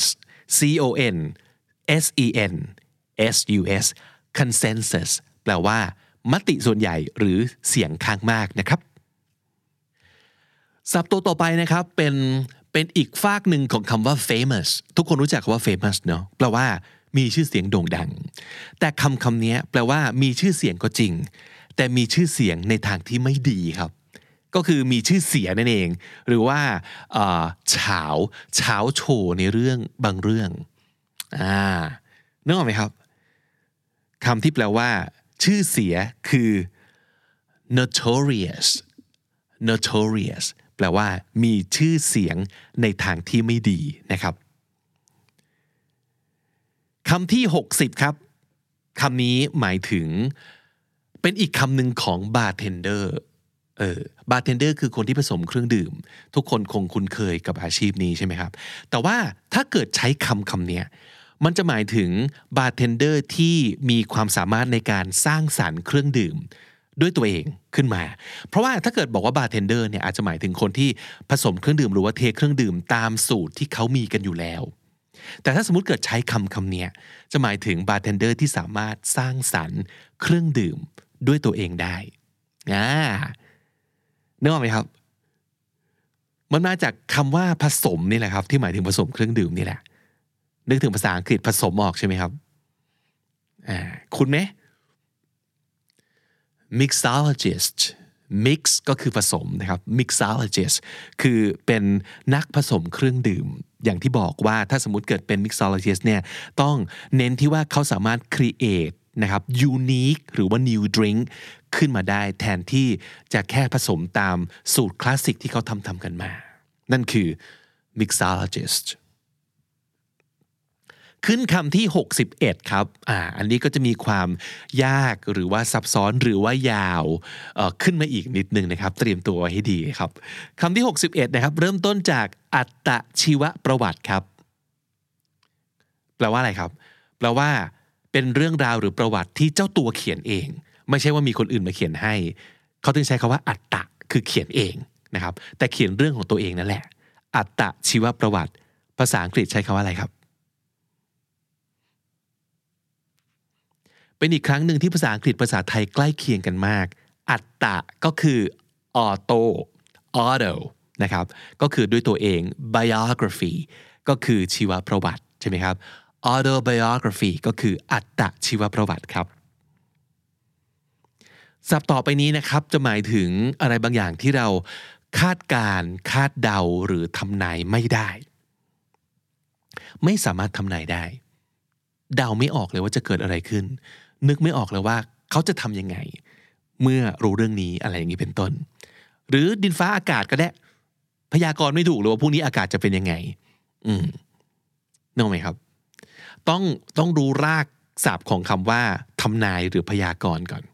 consensus consensus แปลว่ามติส่วนใหญ่หรือเสียงข้างมากนะครับศัพท์ตัวต่อไปนะครับเป็นอีกฝากหนึ่งของคำว่า famous ทุกคนรู้จักคำว่า famous เนาะแปลว่ามีชื่อเสียงโด่งดังแต่คำนี้แปลว่ามีชื่อเสียงก็จริงแต่มีชื่อเสียงในทางที่ไม่ดีครับก็คือมีชื่อเสียนั่นเองหรือว่าเฉาโชว์ในเรื่องบางเรื่องนึกออกไหมครับคำที่แปลว่าชื่อเสียคือ notorious แปลว่ามีชื่อเสียงในทางที่ไม่ดีนะครับคำที่60ครับคำนี้หมายถึงเป็นอีกคำหนึ่งของบาร์เทนเดอร์บาร์เทนเดอร์คือคนที่ผสมเครื่องดื่มทุกคนคงคุ้นเคยกับอาชีพนี้ใช่ไหมครับแต่ว่าถ้าเกิดใช้คำนี้มันจะหมายถึงบาร์เทนเดอร์ที่มีความสามารถในการสร้างสรรค์เครื่องดื่มด้วยตัวเองขึ้นมาเพราะว่าถ้าเกิดบอกว่าบาร์เทนเดอร์เนี่ยอาจจะหมายถึงคนที่ผสมเครื่องดื่มหรือว่าเทเครื่องดื่มตามสูตรที่เขามีกันอยู่แล้วแต่ถ้าสมมุติเกิดใช้คำนี้จะหมายถึงบาร์เทนเดอร์ที่สามารถสร้างสรรค์เครื่องดื่มด้วยตัวเองได้นึกออกไหมครับมันมาจากคำว่าผสมนี่แหละครับที่หมายถึงผสมเครื่องดื่มนี่แหละนึกถึงภาษาอังกฤษผสมออกใช่ไหมครับคุณไหม mixologist mix ก็คือผสมนะครับ mixologist คือเป็นนักผสมเครื่องดื่มอย่างที่บอกว่าถ้าสมมุติเกิดเป็น mixologist เนี่ยต้องเน้นที่ว่าเขาสามารถ create นะครับ unique หรือว่า new drink ขึ้นมาได้แทนที่จะแค่ผสมตามสูตรคลาสสิกที่เขาทำกันมานั่นคือ mixologist ขึ้นคำที่61ครับอันนี้ก็จะมีความยากหรือว่าซับซ้อนหรือว่ายาวขึ้นมาอีกนิดนึงนะครับเตรียมตัวไว้ให้ดีครับคำที่61นะครับเริ่มต้นจากอัตชีวประวัติครับแปลว่าอะไรครับแปลว่าเป็นเรื่องราวหรือประวัติที่เจ้าตัวเขียนเองไม่ใช่ว่ามีคนอื่นมาเขียนให้เขาถึงใช้คำว่าอัตตะคือเขียนเองนะครับแต่เขียนเรื่องของตัวเองนั่นแหละอัตชีวประวัติภาษาอังกฤษใช้คำว่าอะไรครับเป็นอีกครั้งหนึ่งที่ภาษาอังกฤษภาษาไทยใกล้เคียงกันมากอัตตะก็คือautoนะครับก็คือด้วยตัวเอง biography ก็คือชีวประวัติใช่ไหมครับ autobiography ก็คืออัตชีวประวัติครับศัพท์ต่อไปนี้นะครับจะหมายถึงอะไรบางอย่างที่เราคาดการณ์คาดเดาหรือทำนายไม่ได้ไม่สามารถทำนายได้เดาไม่ออกเลยว่าจะเกิดอะไรขึ้นนึกไม่ออกเลยว่าเขาจะทำยังไงเมื่อรู้เรื่องนี้อะไรอย่างนี้เป็นต้นหรือดินฟ้าอากาศก็ได้พยากรณ์ไม่ถูกเลยว่าพรุ่งนี้อากาศจะเป็นยังไงนึกไหมครับต้องรู้รากศัพท์ของคำว่าทำนายหรือพยากรณ์ก่อน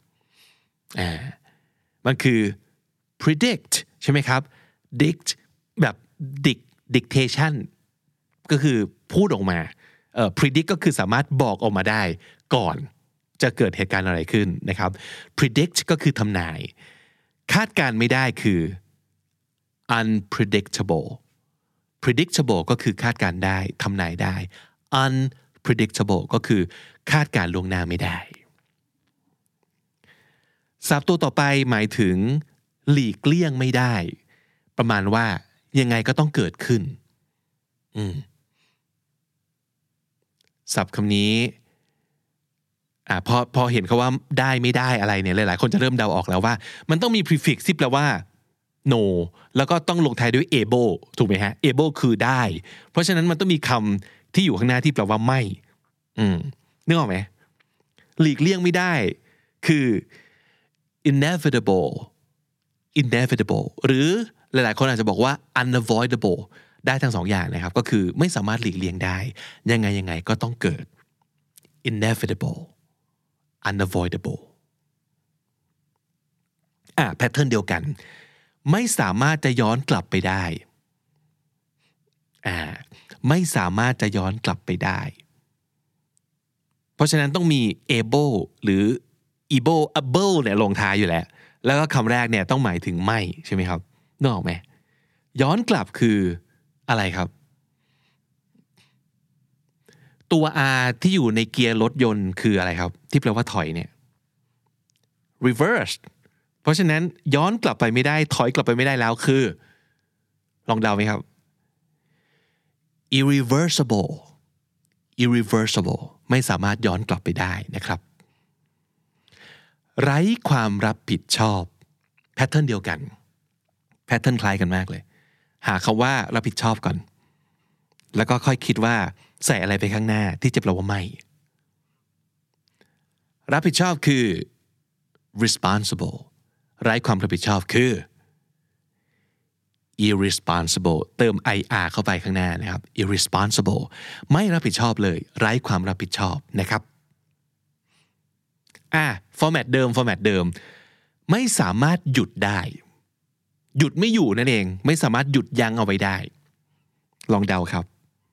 มันคือ predict ใช่ไหมครับ dict แบบ dictation ก็คือพูดออกมาpredict ก็คือสามารถบอกออกมาได้ก่อนจะเกิดเหตุการณ์อะไรขึ้นนะครับ predict ก็คือทำนายคาดการไม่ได้คือ unpredictable predictable ก็คือคาดการได้ทำนายได้ unpredictable ก็คือคาดการล่วงหน้าไม่ได้ศัพท์ตัวต่อไปหมายถึงหลีกเลี่ยงไม่ได้ประมาณว่ายังไงก็ต้องเกิดขึ้นศัพท์คำนี้พอเห็นเขาว่าได้ไม่ได้อะไรเนี่ยหลายๆคนจะเริ่มเดาออกแล้วว่ามันต้องมี prefix ที่แปลว่า no แล้วก็ต้องลงท้ายด้วย able ถูกไหมฮะ able คือได้เพราะฉะนั้นมันต้องมีคำที่อยู่ข้างหน้าที่แปลว่าไม่นึกออกไหมหลีกเลี่ยงไม่ได้คือ inevitable หรือหลายๆคนอาจจะบอกว่า unavoidable ได้ทั้งสองอย่างนะครับก็คือไม่สามารถหลีกเลี่ยงได้ยังไงก็ต้องเกิด inevitable unavoidable แพทเทิร์นเดียวกันไม่สามารถจะย้อนกลับไปได้ไม่สามารถจะย้อนกลับไปได้เพราะฉะนั้นต้องมี able หรือ able เนี่ยลงท้ายอยู่แล้วก็คำแรกเนี่ยต้องหมายถึงไม่ใช่ไหมครับนึกออกไหมย้อนกลับคืออะไรครับตัว R ที่อยู่ในเกียร์รถยนต์คืออะไรครับที่แปลว่าถอยเนี่ย reverse เพราะฉะนั้นย้อนกลับไปไม่ได้ถอยกลับไปไม่ได้แล้วคือลองเดาไหมครับ irreversible ไม่สามารถย้อนกลับไปได้นะครับไร้ความรับผิดชอบแพทเทิร์นเดียวกันแพทเทิร์นคล้ายกันมากเลยหาคำว่ารับผิดชอบก่อนแล้วก็ค่อยคิดว่าใส่อะไรไปข้างหน้าที่จะแปลว่าไม่รับผิดชอบคือ responsible ไร้ความรับผิดชอบคือ irresponsible เติม ir เข้าไปข้างหน้านะครับ irresponsible ไม่รับผิดชอบเลยไร้ความรับผิดชอบนะครับformat เดิมไม่สามารถหยุดได้หยุดไม่อยู่นั่นเองไม่สามารถหยุดยั้งเอาไว้ได้ลองเดาครับ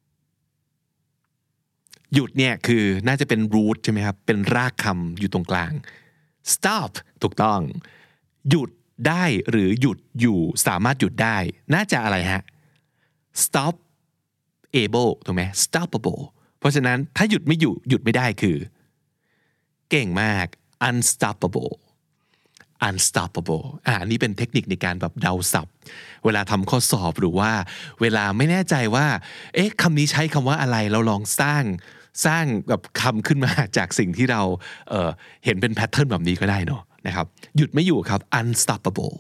หยุดเนี่ยคือน่าจะเป็น root ใช่ไหมครับเป็นรากคำอยู่ตรงกลาง stop ถูกต้องหยุดได้หรือหยุดอยู่สามารถหยุดได้น่าจะอะไรฮะ stop able ถูกไหม stoppable เพราะฉะนั้นถ้าหยุดไม่อยู่หยุดไม่ได้คือเก่งมาก unstoppable อันนี้เป็นเทคนิคในการแบบเดาศัพท์เวลาทำข้อสอบหรือว่าเวลาไม่แน่ใจว่าคำนี้ใช้คำว่าอะไรเราลองสร้างแบบคำขึ้นมาจากสิ่งที่เราเห็นเป็นแพทเทิร์นแบบนี้ก็ได้เนาะนะครับหยุดไม่อยู่ครับ unstoppable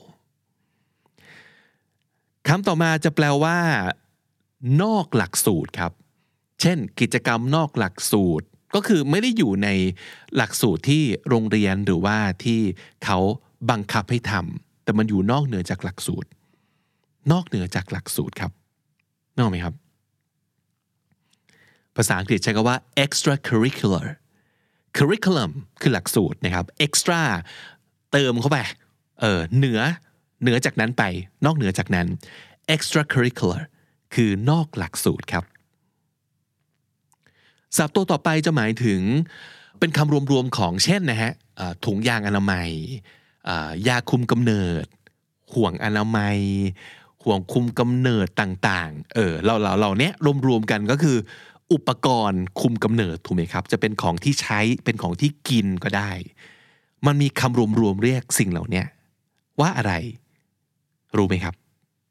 คำต่อมาจะแปลว่านอกหลักสูตรครับเช่นกิจกรรมนอกหลักสูตรก็คือไม่ได้อยู่ในหลักสูตรที่โรงเรียนหรือว่าที่เขาบังคับให้ทำแต่มันอยู่นอกเหนือจากหลักสูตรครับนึกออกไหมครับภาษาอังกฤษใช้คำว่า extracurricular curriculum คือหลักสูตรนะครับ extra เติมเข้าไปเหนือจากนั้นไปนอกเหนือจากนั้น extracurricular คือนอกหลักสูตรครับศัพท์ตัวต่อไปจะหมายถึงเป็นคำรวมๆของเช่นนะฮะถุงยางอนามัยยาคุมกำเนิดห่วงอนามัยห่วงคุมกำเนิดต่างๆเราเนี้ยรวมๆกันก็คืออุปกรณ์คุมกำเนิดถูกไหมครับจะเป็นของที่ใช้เป็นของที่กินก็ได้มันมีคำรวมๆเรียกสิ่งเหล่านี้ว่าอะไรรู้ไหมครับ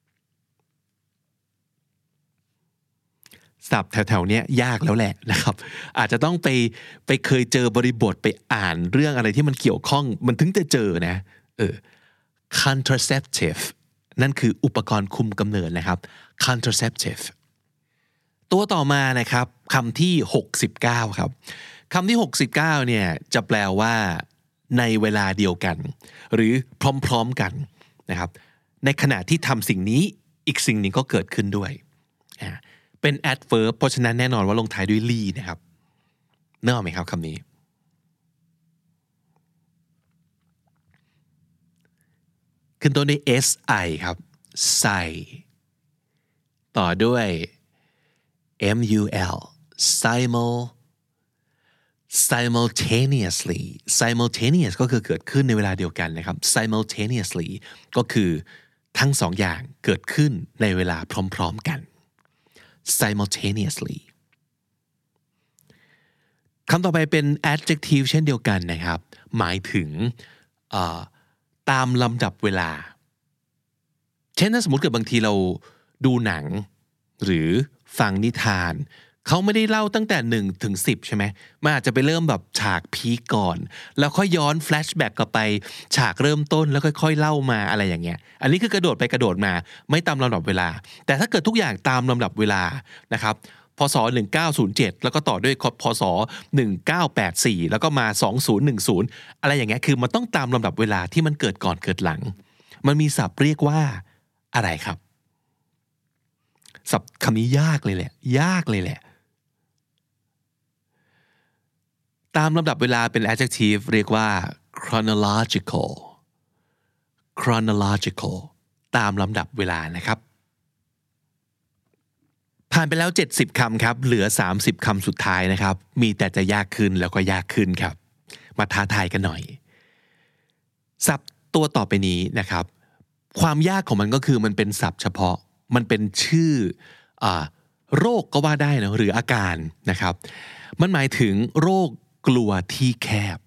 ศัพท์แถวๆนี้ยากแล้วแหละนะครับอาจจะต้องไปเคยเจอบริบทไปอ่านเรื่องอะไรที่มันเกี่ยวข้องมันถึงจะเจอนะcontraceptive นั่นคืออุปกรณ์คุมกำเนิดนะครับ contraceptive ตัวต่อมานะครับคำที่69ครับคำที่69เนี่ยจะแปลว่าในเวลาเดียวกันหรือพร้อมๆกันนะครับในขณะที่ทำสิ่งนี้อีกสิ่งหนึ่งก็เกิดขึ้นด้วยเป็น adverb เพราะฉะนั้นแน่นอนว่าลงท้ายด้วย ly นะครับนึกออกไหมครับคำนี้ขึ้นต้นด้วย si ครับ si ต่อด้วย mul simultaneous ก็คือเกิดขึ้นในเวลาเดียวกันนะครับ simultaneously ก็คือทั้งสองอย่างเกิดขึ้นในเวลาพร้อมๆกันsimultaneously คำต่อไปเป็น adjective เช่นเดียวกันนะครับหมายถึงตามลำดับเวลาเช่นถ้าสมมติเกิดบางทีเราดูหนังหรือฟังนิทานเขาไม่ได้เล่าตั้งแต่1ถึง10ใช่ไหมมันอาจจะไปเริ่มแบบฉากพีคก่อนแล้วค่อยย้อนแฟลชแบ็กกลับไปฉากเริ่มต้นแล้วค่อยๆเล่ามาอะไรอย่างเงี้ยอันนี้คือกระโดดไปกระโดดมาไม่ตามลำดับเวลาแต่ถ้าเกิดทุกอย่างตามลำดับเวลานะครับพศ1907แล้วก็ต่อด้วยพศ1984แล้วก็มา2010อะไรอย่างเงี้ยคือมันต้องตามลำดับเวลาที่มันเกิดก่อนเกิดหลังมันมีศัพท์เรียกว่าอะไรครับศัพท์คำนี้ยากเลยแหละตามลำดับเวลาเป็น adjective เรียกว่า chronological ตามลำดับเวลานะครับผ่านไปแล้ว70คำครับเหลือ30คำสุดท้ายนะครับมีแต่จะยากขึ้นแล้วก็ยากขึ้นครับมาท้าทายกันหน่อยศัพท์ตัวต่อไปนี้นะครับความยากของมันก็คือมันเป็นศัพท์เฉพาะมันเป็นชื่อโรคก็ว่าได้นะหรืออาการนะครับมันหมายถึงโรคกลัวที่แคบ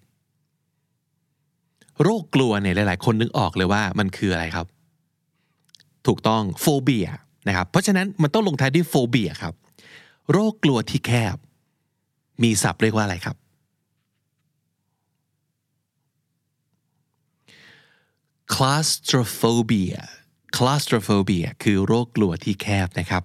โรคกลัวเนี่ยหลายๆคนนึกออกเลยว่ามันคืออะไรครับถูกต้องโฟเบียนะครับเพราะฉะนั้นมันต้องลงท้ายด้วยโฟเบียครับโรคกลัวที่แคบมีศัพท์เรียกว่าอะไรครับ claustrophobia คือโรคกลัวที่แคบนะครับ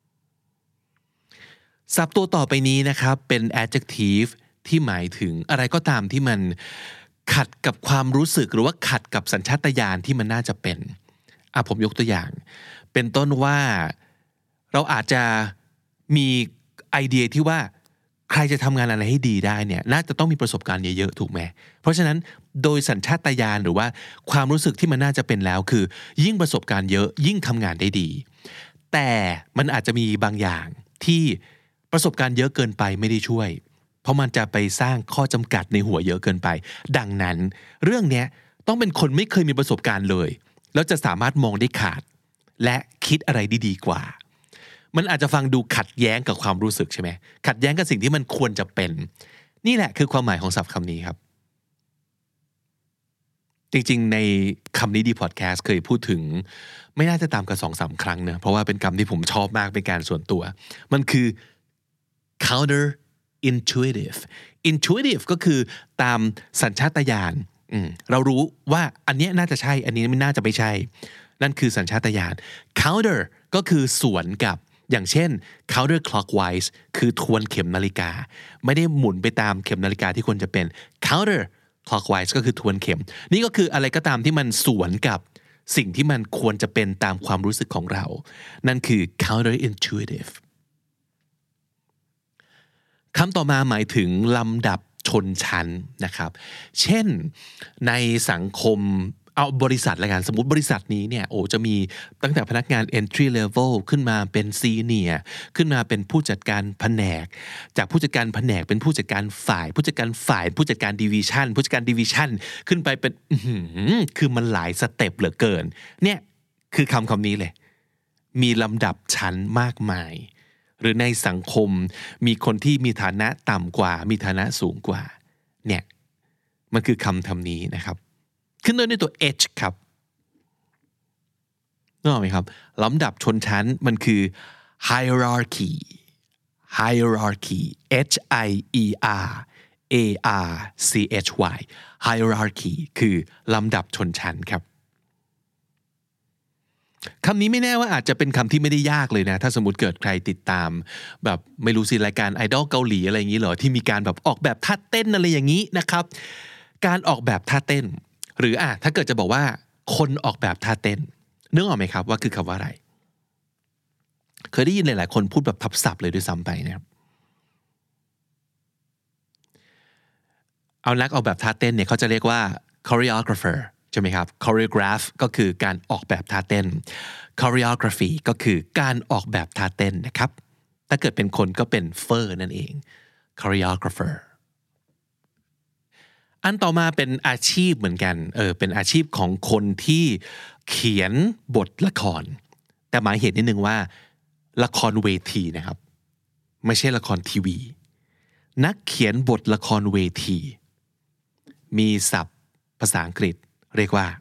ศัพท์ตัวต่อไปนี้นะครับเป็น adjective ที่หมายถึงอะไรก็ตามที่มันขัดกับความรู้สึกหรือว่าขัดกับสัญชาตญาณที่มันน่าจะเป็นผมยกตัวอย่างเป็นต้นว่าเราอาจจะมีไอเดียที่ว่าใครจะทำงานอะไรให้ดีได้เนี่ยน่าจะต้องมีประสบการณ์เยอะๆถูกไหมเพราะฉะนั้นโดยสัญชาตญาณหรือว่าความรู้สึกที่มันน่าจะเป็นแล้วคือยิ่งประสบการณ์เยอะยิ่งทำงานได้ดีแต่มันอาจจะมีบางอย่างที่ประสบการณ์เยอะเกินไปไม่ได้ช่วยเพราะมันจะไปสร้างข้อจำกัดในหัวเยอะเกินไปดังนั้นเรื่องนี้ต้องเป็นคนไม่เคยมีประสบการณ์เลยแล้วจะสามารถมองได้ขาดและคิดอะไรดีๆกว่ามันอาจจะฟังดูขัดแย้งกับความรู้สึกใช่ไหมขัดแย้งกับสิ่งที่มันควรจะเป็นนี่แหละคือความหมายของศัพท์คำนี้ครับจริงๆในคำนี้ดีพอดแคสต์เคยพูดถึงไม่น่าจะตามกัน 2-3 ครั้งนะเพราะว่าเป็นคำที่ผมชอบมากเป็นการส่วนตัวมันคือ counter intuitive ก็คือตามสัญชาตญาณเรารู้ว่าอันนี้น่าจะใช่อันนี้ไม่น่าจะไม่ใช่นั่นคือสัญชาตญาณ counter ก็คือสวนกับอย่างเช่น counter clockwise คือทวนเข็มนาฬิกาไม่ได้หมุนไปตามเข็มนาฬิกาที่ควรจะเป็น counter clockwise ก็คือทวนเข็มนี่ก็คืออะไรก็ตามที่มันสวนกับสิ่งที่มันควรจะเป็นตามความรู้สึกของเรานั่นคือ counter intuitive คำต่อมาหมายถึงลำดับชนชั้นนะครับเช่นในสังคมเอาบริษัทละกันสมมุติบริษัทนี้เนี่ยจะมีตั้งแต่พนักงาน entry level ขึ้นมาเป็น senior ขึ้นมาเป็นผู้จัดการแผนกจากผู้จัดการแผนกเป็นผู้จัดการฝ่ายผู้จัดการฝ่ายผู้จัดการ division ผู้จัดการ division ขึ้นไปเป็นคือมันหลายสเต็ปเหลือเกินเนี่ยคือคำนี้เลยมีลำดับชั้นมากมายหรือในสังคมมีคนที่มีฐานะต่ำกว่ามีฐานะสูงกว่าเนี่ยมันคือคำนี้นะครับขึ้นด้วยตัว H ครับนึกออกไหมครับลำดับชนชั้นมันคือ hierarchy H I E R A R C H Y hierarchy คือลำดับชนชั้นครับคำนี้ไม่แน่ว่าอาจจะเป็นคำที่ไม่ได้ยากเลยนะถ้าสมมติเกิดใครติดตามแบบไม่รู้สิรายการไอดอลเกาหลีอะไรอย่างนี้เหรอที่มีการแบบออกแบบท่าเต้นอะไรอย่างนี้นะครับการออกแบบท่าเต้นหรือถ้าเกิดจะบอกว่าคนออกแบบท่าเต้นนึกออกไหมครับว่าคือคำว่าอะไรเคยได้ยินหลายๆคนพูดแบบทับศัพท์เลยด้วยซ้ำไปนะครับเอานักออกแบบท่าเต้นเนี่ยเขาจะเรียกว่า choreographerใช่ไหมครับ choreograph ก็คือการออกแบบท่าเต้น choreography ก็คือการออกแบบท่าเต้นนะครับถ้าเกิดเป็นคนก็เป็นเฟอร์นั่นเอง choreographer อันต่อมาเป็นอาชีพเหมือนกันเป็นอาชีพของคนที่เขียนบทละครแต่หมายเหตุนิดนึงว่าละครเวทีนะครับไม่ใช่ละครทีวีนักเขียนบทละครเวทีมีศัพท์ภาษาอังกฤษเรียกว่า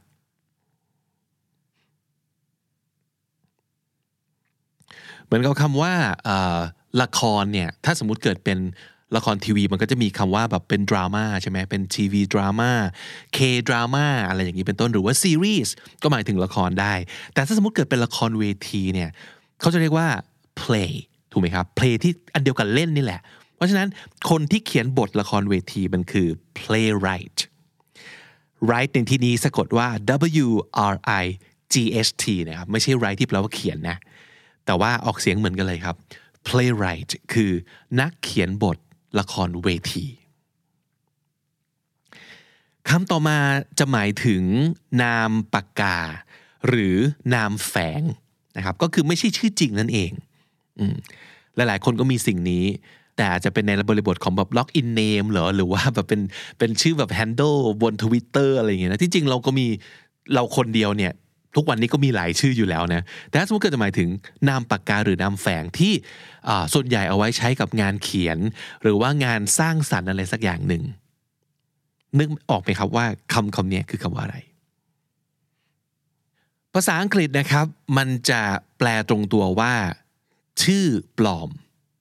เหมือนกับคำว่าละครเนี่ยถ้าสมมุติเกิดเป็นละครทีวีมันก็จะมีคำว่าแบบเป็นดราม่าใช่ไหมเป็นทีวีดราม่าเคดราม่าอะไรอย่างนี้เป็นต้นหรือว่าซีรีส์ก็หมายถึงละครได้แต่ถ้าสมมุติเกิดเป็นละครเวทีเนี่ยเขาจะเรียกว่า play ถูกไหมครับ play ที่อันเดียวกันเล่นนี่แหละเพราะฉะนั้นคนที่เขียนบทละครเวทีมันคือ playwright write ในที่นี้สะกดว่า W R I G H T นะครับไม่ใช่ write ที่แปลว่าเขียนนะแต่ว่าออกเสียงเหมือนกันเลยครับ playwright คือนักเขียนบทละครเวทีคำต่อมาจะหมายถึงนามปากกาหรือนามแฝงนะครับก็คือไม่ใช่ชื่อจริงนั่นเองหลายๆคนก็มีสิ่งนี้แต่อาจจะเป็นในบริบทของแบบ login name เหรอหรือว่าแบบเป็นชื่อแบบ handle บน Twitter อะไรอย่างเงี้ยนะที่จริงเราก็มีเราคนเดียวเนี่ยทุกวันนี้ก็มีหลายชื่ออยู่แล้วนะแต่ถ้าสมมติเกิดจะหมายถึงนามปากกาหรือนามแฝงที่ส่วนใหญ่เอาไว้ใช้กับงานเขียนหรือว่างานสร้างสรรค์อะไรสักอย่างหนึ่งนึกออกไหมครับว่าคำนี้คือคำว่าอะไรภาษาอังกฤษนะครับมันจะแปลตรงตัวว่าชื่อปลอม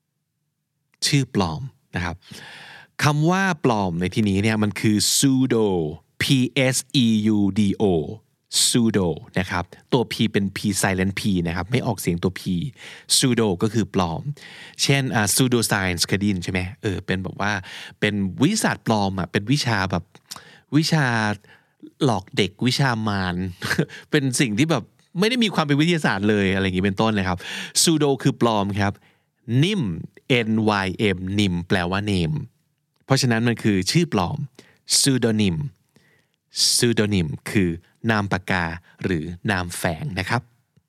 นะครับคำว่าปลอมในที่นี้เนี่ยมันคือ pseudo p s e u d o pseudo นะครับตัว p เป็น p silent p นะครับไม่ออกเสียงตัว p pseudo ก็คือปลอมเช่นpseudo science เคยได้ยินใช่ไหมเป็นแบบว่าเป็นวิชาปลอมเป็นวิชาแบบวิชาหลอกเด็กวิชามาร เป็นสิ่งที่แบบไม่ได้มีความเป็นวิทยาศาสตร์เลยอะไรอย่างนี้เป็นต้นนะครับ pseudo คือปลอมครับ nym nym nym แปลว่า name เพราะฉะนั้นมันคือชื่อปลอม pseudonym pseudonym คือนามปากกาหรือนามแฝงนะครับ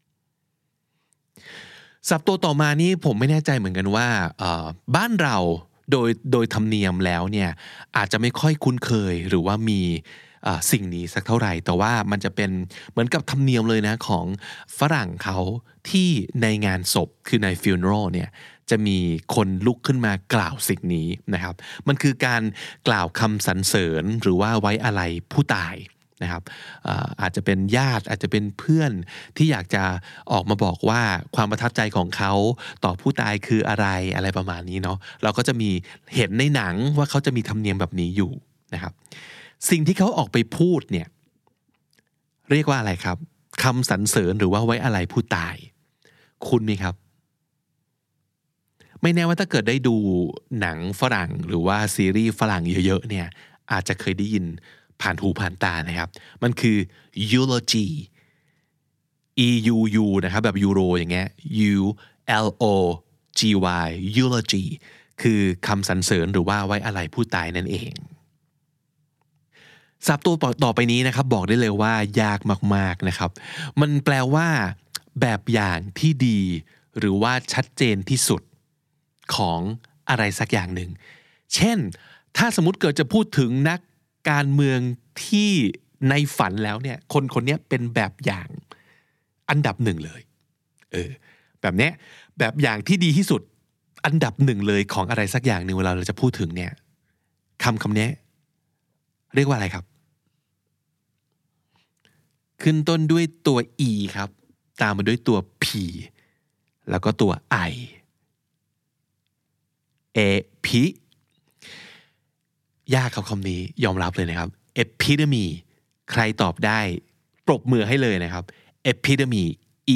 ศัพท์ตัวต่อมานี้ผมไม่แน่ใจเหมือนกันว่าบ้านเราโดยธรรมเนียมแล้วเนี่ยอาจจะไม่ค่อยคุ้นเคยหรือว่ามีสิ่งนี้สักเท่าไหร่แต่ว่ามันจะเป็นเหมือนกับธรรมเนียมเลยนะของฝรั่งเขาที่ในงานศพคือใน funeral เนี่ยจะมีคนลุกขึ้นมากล่าวสิ่งนี้นะครับมันคือการกล่าวคำสรรเสริญหรือว่าไว้อาลัยผู้ตายนะครับอาจจะเป็นญาติอาจจะเป็นเพื่อนที่อยากจะออกมาบอกว่าความประทับใจของเขาต่อผู้ตายคืออะไรประมาณนี้เนาะเราก็จะมีเห็นในหนังว่าเขาจะมีธรรมเนียมแบบนี้อยู่นะครับสิ่งที่เขาออกไปพูดเนี่ยเรียกว่าอะไรครับคำสรรเสริญหรือว่าไว้อาลัยผู้ตายคุณมีครับไม่แน่ว่าถ้าเกิดได้ดูหนังฝรั่งหรือว่าซีรีส์ฝรั่งเยอะๆเนี่ยอาจจะเคยได้ยินผ่านหูผ่านตานะครับมันคือ eulogy EUU นะครับแบบยูโรอย่างเงี้ย ULOGY eulogy คือคำสรรเสริญหรือว่าไว้อาลัยผู้ตายนั่นเองศัพท์ตัวต่อไปนี้นะครับบอกได้เลยว่ายากมากๆนะครับมันแปลว่าแบบอย่างที่ดีหรือว่าชัดเจนที่สุดของอะไรสักอย่างหนึ่งเช่นถ้าสมมุติเกิดจะพูดถึงนักการเมืองที่ในฝันแล้วเนี่ยคนนี้เป็นแบบอย่างอันดับหนึ่งเลยแบบเนี้ยแบบอย่างที่ดีที่สุดอันดับหนึ่งเลยของอะไรสักอย่างหนึ่งเวลาเราจะพูดถึงเนี่ยคำนี้เรียกว่าอะไรครับขึ้นต้นด้วยตัว e ครับตามมาด้วยตัว p แล้วก็ตัว i p ยากครับคำนี้ยอมรับเลยนะครับ epitome ใครตอบได้ปรบมือให้เลยนะครับ epitome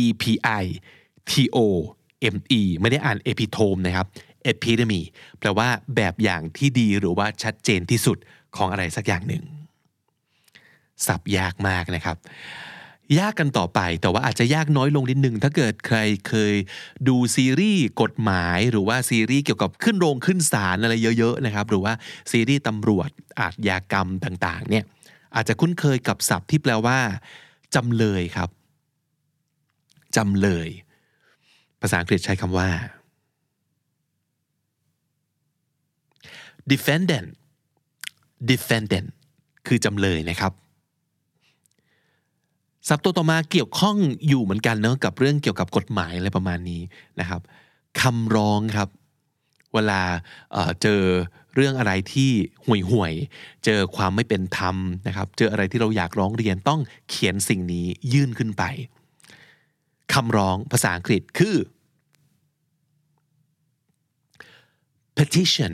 EPITOME ไม่ได้อ่าน epitome นะครับ epitome แปลว่าแบบอย่างที่ดีหรือว่าชัดเจนที่สุดของอะไรสักอย่างหนึ่งศัพท์ยากมากนะครับยากกันต่อไปแต่ว่าอาจจะยากน้อยลงนิดนึงถ้าเกิดใครเคยดูซีรีส์กฎหมายหรือว่าซีรีส์เกี่ยวกับขึ้นโรงขึ้นศาลอะไรเยอะๆนะครับหรือว่าซีรีส์ตำรวจอาชญากรรมต่างๆเนี่ยอาจจะคุ้นเคยกับศัพท์ที่แปลว่าจำเลยครับจำเลยภาษาอังกฤษใช้คำว่า defendant คือจำเลยนะครับศัพท์ตัวต่อมาเกี่ยวข้องอยู่เหมือนกันเนอะกับเรื่องเกี่ยวกับกฎหมายอะไรประมาณนี้นะครับคำร้องครับเวลาเจอเรื่องอะไรที่ห่วยๆเจอความไม่เป็นธรรมนะครับเจออะไรที่เราอยากร้องเรียนต้องเขียนสิ่งนี้ยื่นขึ้นไปคำร้องภาษาอังกฤษคือ petition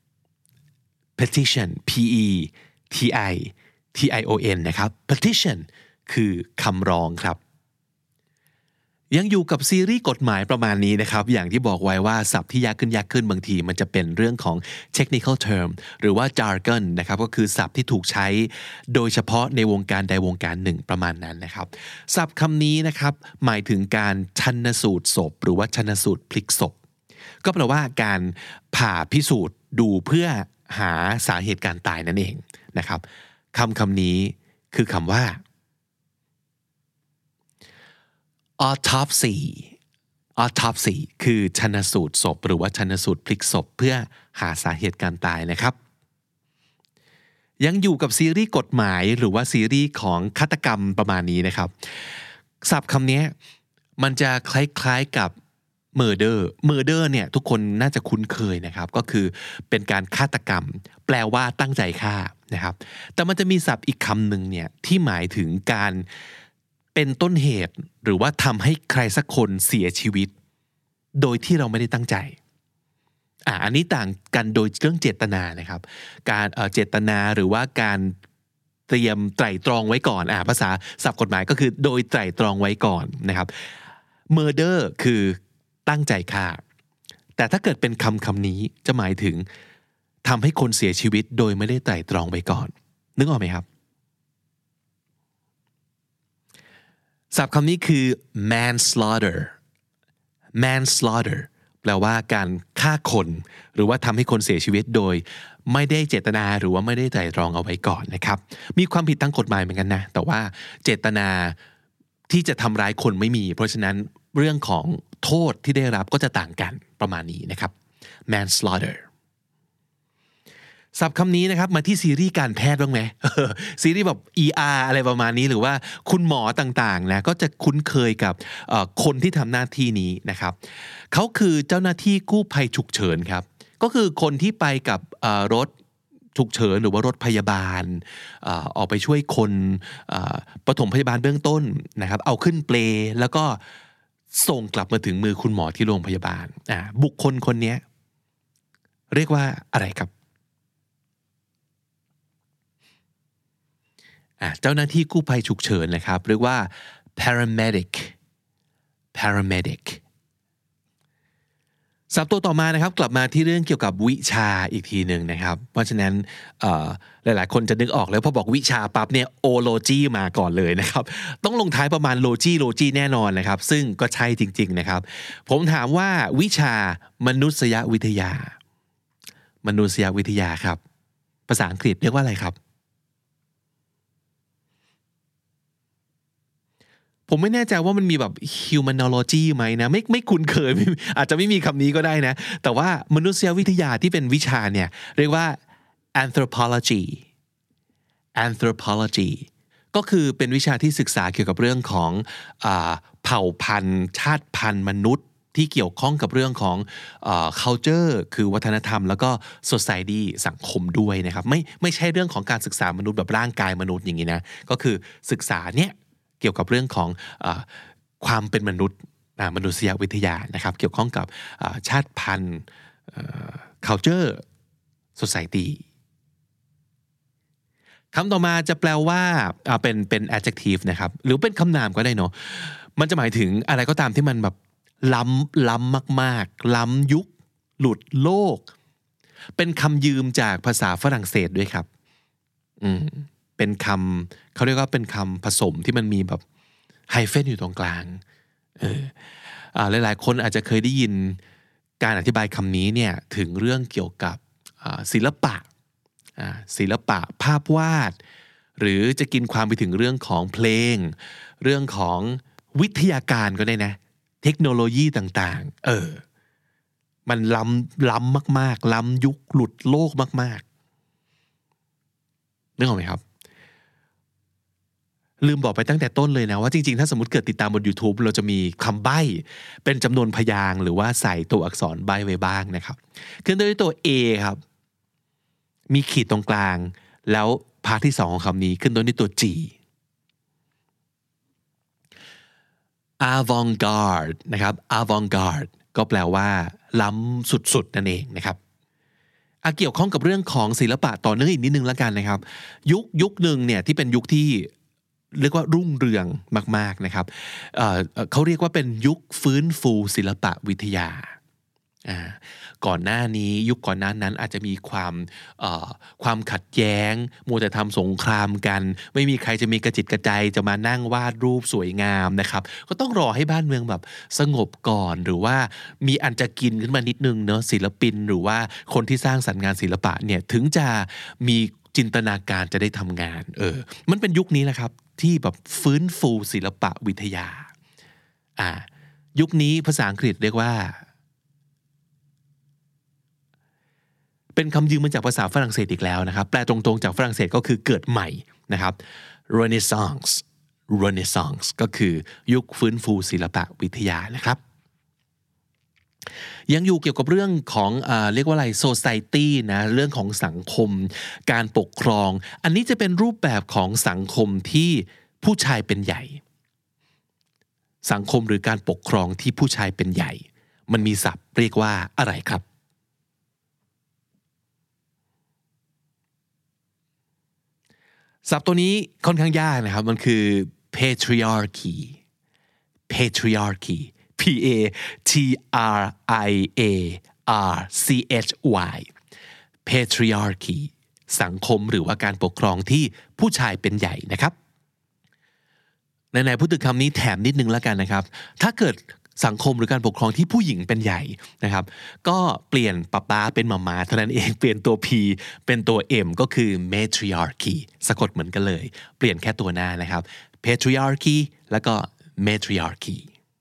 PETITION นะครับ petition คือคำร้องครับยังอยู่กับซีรีส์กฎหมายประมาณนี้นะครับอย่างที่บอกไว้ว่าศัพท์ที่ยากขึ้นบางทีมันจะเป็นเรื่องของ technical term หรือว่า jargon นะครับก็คือศัพท์ที่ถูกใช้โดยเฉพาะในวงการใดวงการหนึ่งประมาณนั้นนะครับศัพท์คำนี้นะครับหมายถึงการชันสูตรศพหรือว่าชันสูตรพลิกศพก็แปลว่าการผ่าพิสูจน์ดูเพื่อหาสาเหตุการตายนั่นเองนะครับคำนี้คือคำว่า autopsy คือชันสูตรศพหรือว่าชันสูตรพลิกศพเพื่อหาสาเหตุการตายนะครับยังอยู่กับซีรีส์กฎหมายหรือว่าซีรีส์ของฆาตกรรมประมาณนี้นะครับศัพท์คำนี้มันจะคล้ายๆกับ murder เนี่ยทุกคนน่าจะคุ้นเคยนะครับก็คือเป็นการฆาตกรรมแปลว่าตั้งใจฆ่านะครับแต่มันจะมีศัพท์อีกคำหนึ่งเนี่ยที่หมายถึงการเป็นต้นเหตุหรือว่าทำให้ใครสักคนเสียชีวิตโดยที่เราไม่ได้ตั้งใจอันนี้ต่างกันโดยเรื่องเจตนานะครับการเจตนาหรือว่าการเตรียมไตร่ตรองไว้ก่อนภาษาศัพท์กฎหมายก็คือโดยไตร่ตรองไว้ก่อนนะครับ murder คือตั้งใจฆ่าแต่ถ้าเกิดเป็นคำนี้จะหมายถึงทำให้คนเสียชีวิตโดยไม่ได้ไตร่ตรองไว้ก่อนนึกออกไหมครับศัพท์คำนี้คือ manslaughter manslaughter แปลว่าการฆ่าคนหรือว่าทำให้คนเสียชีวิตโดยไม่ได้เจตนาหรือว่าไม่ได้ไตร่ตรองเอาไว้ก่อนนะครับมีความผิดทางกฎหมายเหมือนกันนะแต่ว่าเจตนาที่จะทำร้ายคนไม่มีเพราะฉะนั้นเรื่องของโทษที่ได้รับก็จะต่างกันประมาณนี้นะครับ manslaughter ศัพท์คำนี้นะครับมาที่ซีรีส์การแพทย์บ้างไหมซีรีส์แบบ ER อะไรประมาณนี้หรือว่าคุณหมอต่างๆนะก็จะคุ้นเคยกับคนที่ทำหน้าที่นี้นะครับเขาคือเจ้าหน้าที่กู้ภัยฉุกเฉินครับก็คือคนที่ไปกับรถฉุกเฉินหรือว่ารถพยาบาลออกไปช่วยคนปฐมพยาบาลเบื้องต้นนะครับเอาขึ้นเปลแล้วก็ส่งกลับมาถึงมือคุณหมอที่โรงพยาบาลบุคคลคนนี้เรียกว่าอะไรครับเจ้าหน้าที่กู้ภัยฉุกเฉินนะครับเรียกว่า paramedic ศัพท์ตัวต่อมานะครับกลับมาที่เรื่องเกี่ยวกับวิชาอีกทีหนึ่งนะครับเพราะฉะนั้นหลายๆคนจะนึกออกแล้วพอบอกวิชาปั๊บเนี่ย ology มาก่อนเลยนะครับต้องลงท้ายประมาณ logy แน่นอนนะครับซึ่งก็ใช่จริงๆนะครับผมถามว่าวิชามนุษยวิทยาครับภาษาอังกฤษเรียกว่าอะไรครับผมไม่แน่ใจว่ามันมีแบบ humanology ไหมนะไม่คุ้นเคยอาจจะไม่มีคำนี้ก็ได้นะแต่ว่ามนุษยวิทยาที่เป็นวิชาเนี่ยเรียกว่า anthropology ก็คือเป็นวิชาที่ศึกษาเกี่ยวกับเรื่องของเผ่าพันธุ์ชาติพันธุ์มนุษย์ที่เกี่ยวข้องกับเรื่องของculture คือวัฒนธรรมแล้วก็ society สังคมด้วยนะครับไม่ใช่เรื่องของการศึกษามนุษย์แบบร่างกายมนุษย์อย่างนี้นะก็คือศึกษาเนี่ยเกี่ยวกับเรื่องของความเป็นมนุษย์มนุษยวิทยานะครับเกี่ยวข้องกับชาติพันธุ์culture society คำต่อมาจะแปลว่าเป็น adjective นะครับหรือเป็นคำนามก็ได้เนาะมันจะหมายถึงอะไรก็ตามที่มันแบบล้ำมากๆล้ำยุคหลุดโลกเป็นคำยืมจากภาษาฝรั่งเศสด้วยครับเป็นคำเขาเรียกว่าเป็นคำผสมที่มันมีแบบไฮเฟนอยู่ตรงกลางหลายๆคนอาจจะเคยได้ยินการอธิบายคำนี้เนี่ยถึงเรื่องเกี่ยวกับศิลปะภาพวาดหรือจะกินความไปถึงเรื่องของเพลงเรื่องของวิทยาการก็ได้นะเทคโนโลยีต่างๆมันล้ำมากๆล้ำยุคหลุดโลกมากๆนึกออกไหมครับลืมบอกไปตั้งแต่ต้นเลยนะว่าจริงๆถ้าสมมติเกิดติดตามบน YouTube เราจะมีคำใบ้เป็นจำนวนพยางค์หรือว่าใส่ตัวอักษรใบ้ไว้บ้างนะครับขึ้นด้วยตัว A ครับมีขีดตรงกลางแล้วพาร์ทที่2ของคำนี้ขึ้นต้นด้วยตัว G avant-garde นะครับ avant-garde ก็แปลว่าล้ำสุดๆนั่นเองนะครับเกี่ยวข้องกับเรื่องของศิลปะต่อเนื่องอีกนิดนึงแล้วกันนะครับยุคหนึ่งเนี่ยที่เป็นยุคที่เรียกว่ารุ่งเรืองมากๆนะครับเขาเรียกว่าเป็นยุคฟื้นฟูศิลปะวิทยาก่อนหน้านี้ยุคก่อนหน้านั้นอาจจะมีความขัดแย้งมัวแต่ทำสงครามกันไม่มีใครจะมีกระจิตกระใจจะมานั่งวาดรูปสวยงามนะครับก็ต้องรอให้บ้านเมืองแบบสงบก่อนหรือว่ามีอันจะกินขึ้นมานิดนึงเนาะศิลปินหรือว่าคนที่สร้างสรรค์งานศิลปะเนี่ยถึงจะมีจินตนาการจะได้ทำงานมันเป็นยุคนี้แหละครับที่แบบฟื้นฟูศิลปะวิทยายุคนี้ภาษาอังกฤษเรียกว่าเป็นคำยืมมาจากภาษาฝรั่งเศสอีกแล้วนะครับแปลตรงๆจากฝรั่งเศสก็คือเกิดใหม่นะครับ Renaissance ก็คือยุคฟื้นฟูศิลปะวิทยานะครับยังอยู่เกี่ยวกับเรื่องของเรียกว่าอะไร society นะเรื่องของสังคมการปกครองอันนี้จะเป็นรูปแบบของสังคมที่ผู้ชายเป็นใหญ่สังคมหรือการปกครองที่ผู้ชายเป็นใหญ่มันมีศัพท์เรียกว่าอะไรครับศัพท์ตัวนี้ค่อนข้างยากนะครับมันคือ patriarchy P A T R I A R C H Y patriarchy สังคมหรือว่าการปกครองที่ผู้ชายเป็นใหญ่นะครับในพูดถึงคำนี้แถมนิดนึงแล้วกันนะครับถ้าเกิดสังคมหรือการปกครองที่ผู้หญิงเป็นใหญ่นะครับก็เปลี่ยนป๊าเป็นหม่าเท่านั้นเองเปลี่ยนตัว P เป็นตัว M ก็คือ matriarchy สะกดเหมือนกันเลยเปลี่ยนแค่ตัวหน้านะครับ patriarchy แล้วก็ matriarchy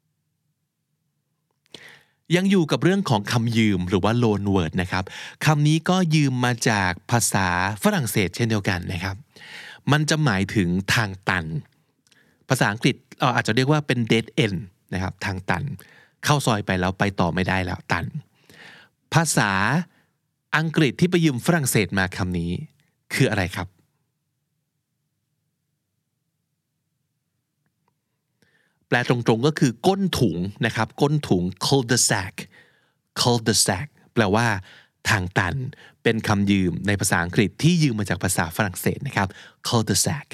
ยังอยู่กับเรื่องของคำยืมหรือว่า loan word นะครับคำนี้ก็ยืมมาจากภาษาฝรั่งเศสเช่นเดียวกันนะครับมันจะหมายถึงทางตันภาษาอังกฤษอาจจะเรียกว่าเป็น dead end นะครับทางตันเข้าซอยไปแล้วไปต่อไม่ได้แล้วตันภาษาอังกฤษที่ไปยืมฝรั่งเศสมาคำนี้คืออะไรครับแปลตรงๆก็คือก้นถุงนะครับก้นถุง cul-de-sac แปลว่าทางตันเป็นคำยืมในภาษาอังกฤษที่ยืมมาจากภาษาฝรั่งเศสนะครับ cul-de-sac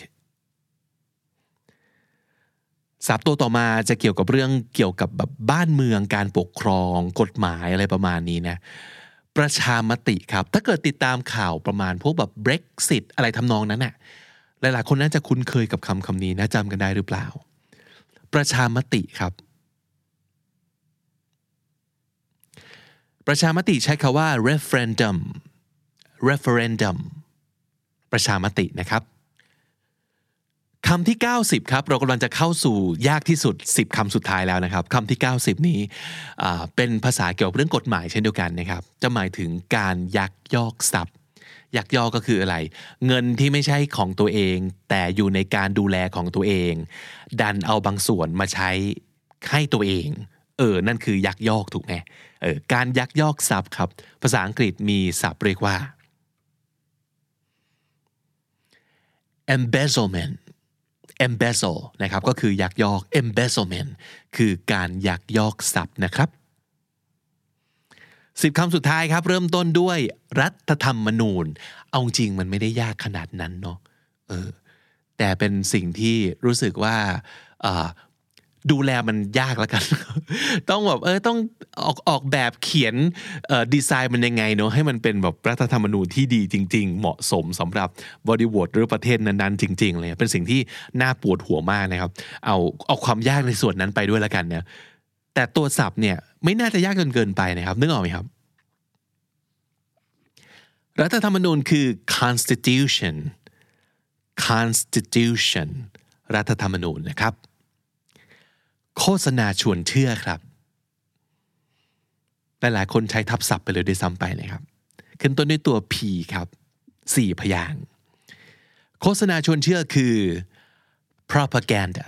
ศัพท์ตัวต่อมาจะเกี่ยวกับเรื่องเกี่ยวกับแบบบ้านเมืองการปกครองกฎหมายอะไรประมาณนี้นะประชามติครับถ้าเกิดติดตามข่าวประมาณพวกแบบ Brexit อะไรทำนองนั้นน่ะหลายๆคนน่าจะคุ้นเคยกับคำนี้นะจำกันได้หรือเปล่าประชามติครับประชามติใช้คำว่า referendum ประชามตินะครับคำที่90ครับเรากำลังจะเข้าสู่ยากที่สุด10คำสุดท้ายแล้วนะครับคำที่90นี้เป็นภาษาเกี่ยวกับเรื่องกฎหมายเช่นเดียวกันนะครับจะหมายถึงการยักยอกทรัพย์ยักยอกก็คืออะไรเงินที่ไม่ใช่ของตัวเองแต่อยู่ในการดูแลของตัวเองดันเอาบางส่วนมาใช้ให้ตัวเองนั่นคือยักยอกถูกไหมการยักยอกทรัพย์ครับภาษาอังกฤษมีศัพท์เรียกว่า embezzle นะครับก็คือยักยอก embezzlement คือการยักยอกทรัพย์นะครับ10คำสุดท้ายครับเริ่มต้นด้วยรัฐธรรมนูญเอาจริงมันไม่ได้ยากขนาดนั้นเนาะแต่เป็นสิ่งที่รู้สึกว่าดูแลมันยากแล้วกัน ต้องแบบต้องออกแบบเขียนดีไซน์มันยังไงเนาะให้มันเป็นแบบรัฐธรรมนูญที่ดีจริงๆเหมาะสมสำหรับบริบทหรือประเทศนั้นๆจริงๆเลยเป็นสิ่งที่น่าปวดหัวมากนะครับเอาความยากในส่วนนั้นไปด้วยแล้วกันเนี่ยแต่ตัวศัพท์เนี่ยไม่น่าจะยากจนเกินไปนะครับนึกออกไหมครับรัฐธรรมนูญคือ constitution รัฐธรรมนูญนะครับโฆษณาชวนเชื่อครับหลายๆคนใช้ทับศัพท์ไปเลยด้วยซ้ำไปนะครับขึ้นต้นด้วยตัว P ครับ4พยางค์โฆษณาชวนเชื่อคือ propaganda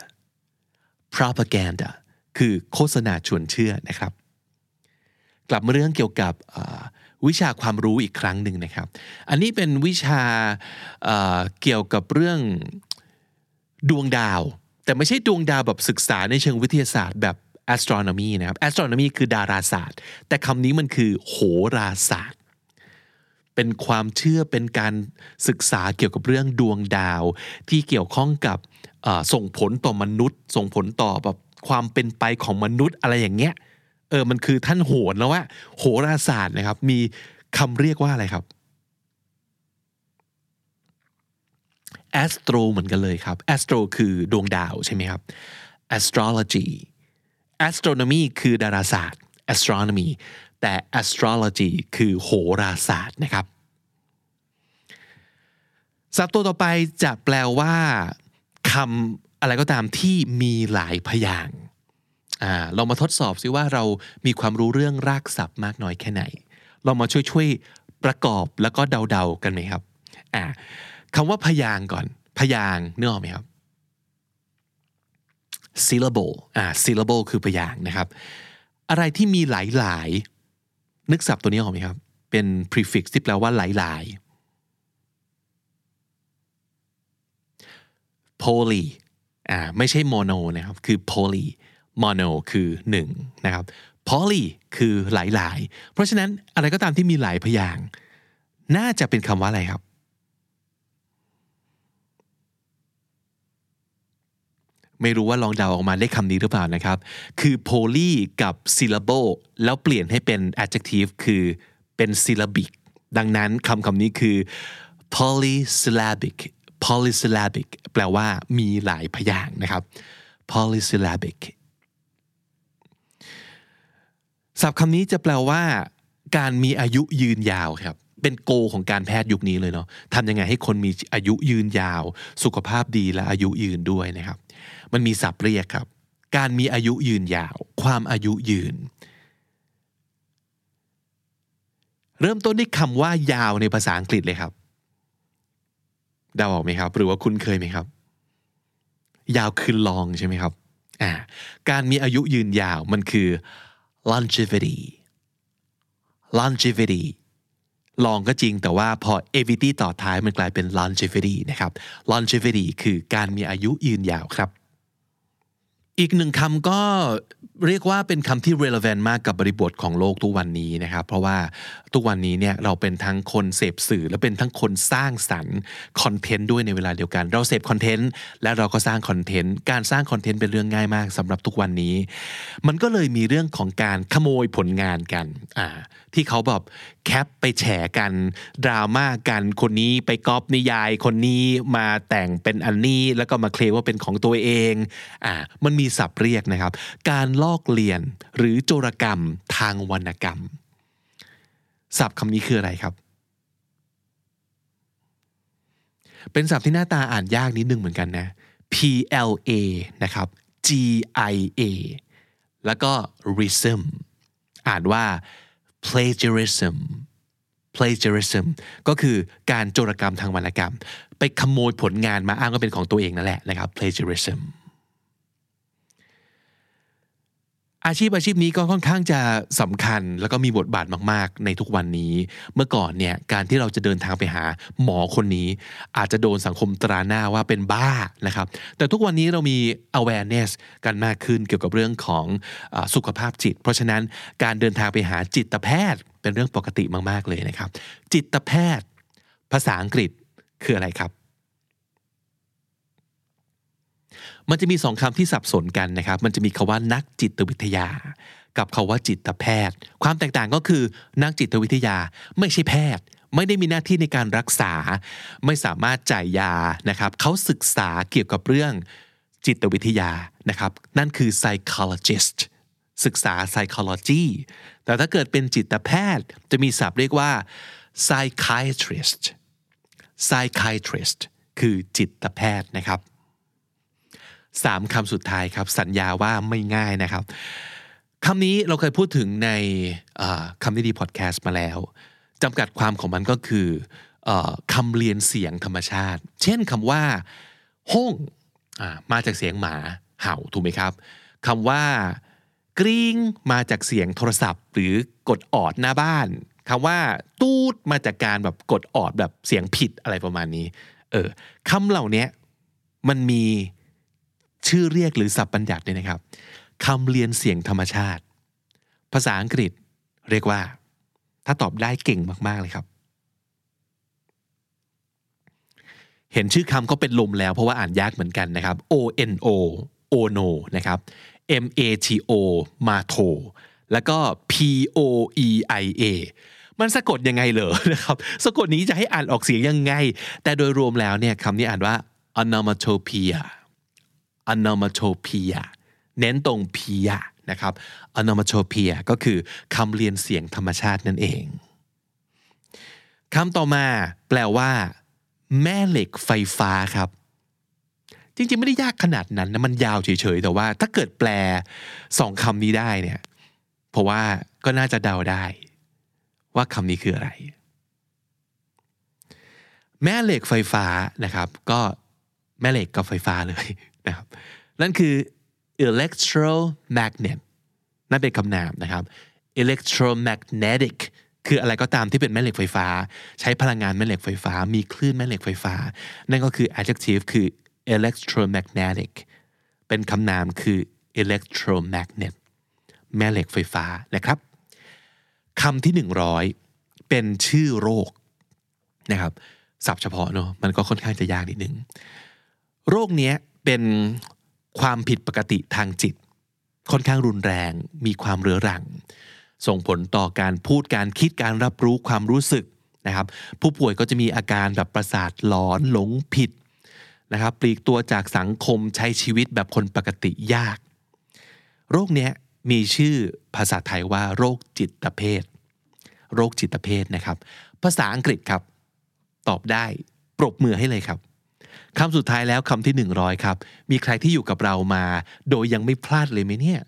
คือโฆษณาชวนเชื่อนะครับกลับมาเรื่องเกี่ยวกับวิชาความรู้อีกครั้งหนึ่งนะครับอันนี้เป็นวิชาเกี่ยวกับเรื่องดวงดาวแต่ไม่ใช่ดวงดาวแบบศึกษาในเชิงวิทยาศาสตร์แบบ astronomy นะครับ astronomy คือดาราศาสตร์แต่คำนี้มันคือโหราศาสตร์เป็นความเชื่อเป็นการศึกษาเกี่ยวกับเรื่องดวงดาวที่เกี่ยวข้องกับส่งผลต่อมนุษย์ส่งผลต่อแบบความเป็นไปของมนุษย์อะไรอย่างเงี้ยมันคือท่านโหรแล้วว่าโหราศาสตร์นะครับมีคำเรียกว่าอะไรครับ astro เหมือนกันเลยครับ astro คือดวงดาวใช่ไหมครับ astrology astronomy คือดาราศาสตร์ astronomy แต่ astrology คือโหราศาสตร์นะครับศัพท์ตัวต่อไปจะแปลว่าคำอะไรก็ตามที่มีหลายพยางค์เรามาทดสอบซิว่าเรามีความรู้เรื่องรากศัพท์มากน้อยแค่ไหนเรามาช่วยประกอบแล้วก็เดาๆกันไหมครับคำว่าพยางค์ก่อนพยางค์นึกออกไหมครับ syllable คือพยางค์นะครับอะไรที่มีหลายๆนึกศัพท์ตัวนี้ออกไหมครับเป็น prefix ที่แปลว่าหลายๆ poly ไม่ใช่ mono นะครับคือ poly mono คือ1นะครับ poly คือหลายๆเพราะฉะนั้นอะไรก็ตามที่มีหลายพยางค์น่าจะเป็นคำว่าอะไรครับไม่รู้ว่าลองเดาออกมาได้คำนี้หรือเปล่านะครับคือ poly กับ syllable แล้วเปลี่ยนให้เป็น adjective คือเป็น syllabic ดังนั้นคำนี้คือ polysyllabic แปลว่ามีหลายพยางค์นะครับ polysyllabic ศัพท์คำนี้จะแปลว่าการมีอายุยืนยาวครับเป็นโกของการแพทย์ยุคนี้เลยเนาะทำยังไงให้คนมีอายุยืนยาวสุขภาพดีและอายุยืนด้วยนะครับมันมีศัพท์เรียกครับการมีอายุยืนยาวความอายุยืนเริ่มต้นด้วยคำว่ายาวในภาษาอังกฤษเลยครับเดาออกไหมครับหรือว่าคุณเคยไหมครับยาวคือ long ใช่ไหมครับการมีอายุยืนยาวมันคือ longevity long ก็จริงแต่ว่าพอ ivity ต่อท้ายมันกลายเป็น longevity นะครับ longevity คือการมีอายุยืนยาวครับอีกหนึ่งคำก็เรียกว่าเป็นคำที่ relevant มากกับบริบทของโลกทุกวันนี้นะครับเพราะว่าทุกวันนี้เนี่ยเราเป็นทั้งคนเสพสื่อและเป็นทั้งคนสร้างสรรค์คอนเทนต์ด้วยในเวลาเดียวกันเราเสพคอนเทนต์และเราก็สร้างคอนเทนต์การสร้างคอนเทนต์เป็นเรื่องง่ายมากสำหรับทุกวันนี้มันก็เลยมีเรื่องของการขโมยผลงานกันที่เขาแบบแคปไปแฉกันดราม่ากันคนนี้ไปก๊อปนิยายคนนี้มาแต่งเป็นอันนี้แล้วก็มาเคลมว่าเป็นของตัวเองมันมีศัพท์เรียกนะครับการลอกเลียนหรือโจรกรรมทางวรรณกรรมศัพท์คำนี้คืออะไรครับเป็นศัพท์ที่หน้าตาอ่านยากนิดนึงเหมือนกันนะ PLA นะครับ GIA แล้วก็ rism อ่านว่า plagiarism ก็คือการโจรกรรมทางวรรณกรรมไปขโมยผลงานมาอ้างว่าเป็นของตัวเองนั่นแหละนะครับ plagiarism อาชีพนี้ก็ค่อนข้างจะสำคัญแล้วก็มีบทบาทมากๆในทุกวันนี้เมื่อก่อนเนี่ยการที่เราจะเดินทางไปหาหมอคนนี้อาจจะโดนสังคมตราหน้าว่าเป็นบ้านะครับแต่ทุกวันนี้เรามี awareness กันมากขึ้นเกี่ยวกับเรื่องของสุขภาพจิตเพราะฉะนั้นการเดินทางไปหาจิตแพทย์เป็นเรื่องปกติมากๆเลยนะครับจิตแพทย์ภาษาอังกฤษคืออะไรครับมันจะมีสองคำที่สับสนกันนะครับมันจะมีคำว่านักจิตวิทยากับคำว่าจิตแพทย์ความแตกต่างก็คือนักจิตวิทยาไม่ใช่แพทย์ไม่ได้มีหน้าที่ในการรักษาไม่สามารถจ่ายยานะครับเขาศึกษาเกี่ยวกับเรื่องจิตวิทยานะครับนั่นคือ psychologist ศึกษา psychology แต่ถ้าเกิดเป็นจิตแพทย์จะมีศัพท์เรียกว่า psychiatrist คือจิตแพทย์นะครับ3 คำสุดท้ายครับสัญญาว่าไม่ง่ายนะครับคำนี้เราเคยพูดถึงในคำนี้ดีพอดแคสต์มาแล้วจำกัดความของมันก็คือคำเรียนเสียงธรรมชาติเช่นคำว่าห้องมาจากเสียงหมาเห่าถูกไหมครับคำว่ากริ๊งมาจากเสียงโทรศัพท์หรือกดออดหน้าบ้านคำว่าตูดมาจากการแบบกดออดแบบเสียงผิดอะไรประมาณนี้คำเหล่านี้มันมีชื่อเรียกหรือศัพท์บัญญัติเนี่ยนะครับคำเรียนเสียงธรรมชาติภาษาอังกฤษเรียกว่าถ้าตอบได้เก่งมากๆเลยครับเห็นชื่อคำก็เป็นลมแล้วเพราะว่าอ่านยากเหมือนกันนะครับ ono นะครับ mato มาโทแล้วก็ poeia มันสะกดยังไงเหรอนะครับสะกดนี้จะให้อ่านออกเสียงยังไงแต่โดยรวมแล้วเนี่ยคำนี้อ่านว่า onomatopoeia เน้นตรง pia นะครับ onomatopoeia ก็คือคำเรียนเสียงธรรมชาตินั่นเองคำต่อมาแปลว่าแม่เหล็กไฟฟ้าครับจริงๆไม่ได้ยากขนาดนั้นนะมันยาวเฉยๆแต่ว่าถ้าเกิดแปล2 คำนี้ได้เนี่ยเพราะว่าก็น่าจะเดาได้ว่าคำนี้คืออะไรแม่เหล็กไฟฟ้านะครับก็แม่เหล็กกับไฟฟ้าเลยนะครับนั่นคือ electromagnet นั่นเป็นคำนามนะครับ electromagnetic คืออะไรก็ตามที่เป็นแม่เหล็กไฟฟ้าใช้พลังงานแม่เหล็กไฟฟ้ามีคลื่นแม่เหล็กไฟฟ้านั่นก็คือ adjective คือ electromagnetic เป็นคำนามคือ electromagnet แม่เหล็กไฟฟ้านะครับคำที่100เป็นชื่อโรคนะครับศัพท์เฉพาะเนอะมันก็ค่อนข้างจะยากนิดนึงโรคนี้เป็นความผิดปกติทางจิตค่อนข้างรุนแรงมีความเรื้อรังส่งผลต่อการพูดการคิดการรับรู้ความรู้สึกนะครับผู้ป่วยก็จะมีอาการแบบประสาทหลอนหลงผิดนะครับปลีกตัวจากสังคมใช้ชีวิตแบบคนปกติยากโรคเนี้ยมีชื่อภาษาไทยว่าโรคจิตเภทนะครับภาษาอังกฤษครับตอบได้ปรบมือให้เลยครับคำสุดท้ายแล้วคำที่100ครับมีใครที่อยู่กับเรามาโดยยังไม่พลาดเลยไหมเนี่ย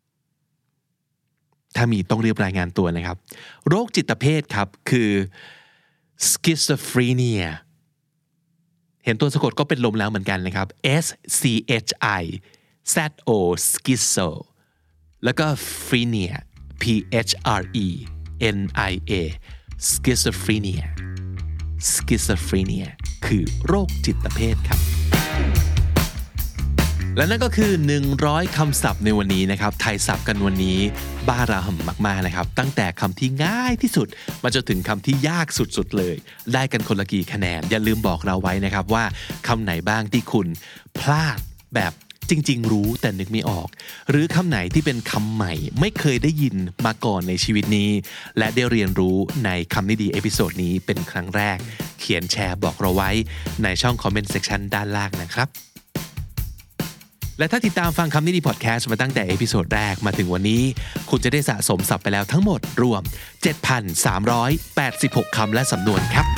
ถ้ามีต้องรีบรายงานตัวนะครับโรคจิตเภทครับคือ schizophrenia เห็นตัวสะกดก็เป็นลมแล้วเหมือนกันนะครับ S C H I Z O schizo แล้วก็ phrenia P H R E N I A schizophrenia คือโรคจิตเภทครับและนั่นก็คือ100คำศัพท์ในวันนี้นะครับไทยศัพท์กันวันนี้บ้าระห่ำมากๆนะครับตั้งแต่คำที่ง่ายที่สุดมาจนถึงคำที่ยากสุดๆเลยได้กันคนละกี่คะแนนอย่าลืมบอกเราไว้นะครับว่าคำไหนบ้างที่คุณพลาดแบบจริงๆรู้แต่นึกไม่ออกหรือคำไหนที่เป็นคำใหม่ไม่เคยได้ยินมาก่อนในชีวิตนี้และได้เรียนรู้ในคำนี้ดีเอพิโซดนี้เป็นครั้งแรกเขียนแชร์บอกเราไว้ในช่องคอมเมนต์เซกชันด้านล่างนะครับและถ้าติดตามฟังคำนี้ดีพอดแคสต์มาตั้งแต่เอพิโซดแรกมาถึงวันนี้คุณจะได้สะสมศัพท์ไปแล้วทั้งหมดรวม 7,386 คำและสำนวนครับ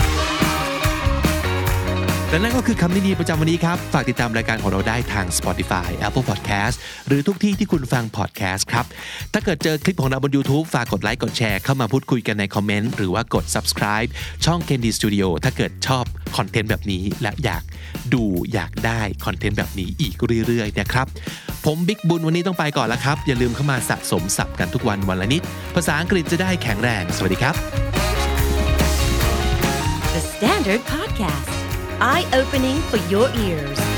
และนั่นก็คือคำนี้ดีประจำวันนี้ครับฝากติดตามรายการของเราได้ทาง Spotify Apple Podcast หรือทุกที่ที่คุณฟัง podcast ครับถ้าเกิดเจอคลิปของเราบน YouTube ฝากกดไลค์กดแชร์เข้ามาพูดคุยกันในคอมเมนต์หรือว่ากด subscribe ช่อง Candy Studio ถ้าเกิดชอบคอนเทนต์แบบนี้และอยากได้คอนเทนต์แบบนี้อีกเรื่อยๆนะครับผมบิ๊กบุญวันนี้ต้องไปก่อนแล้วครับอย่าลืมเข้ามาสะสมศัพท์กันทุกวันวันละนิดภาษาอังกฤษจะได้แข็งแรงสวัสดีครับ The Standard Podcast Eye-opening for your ears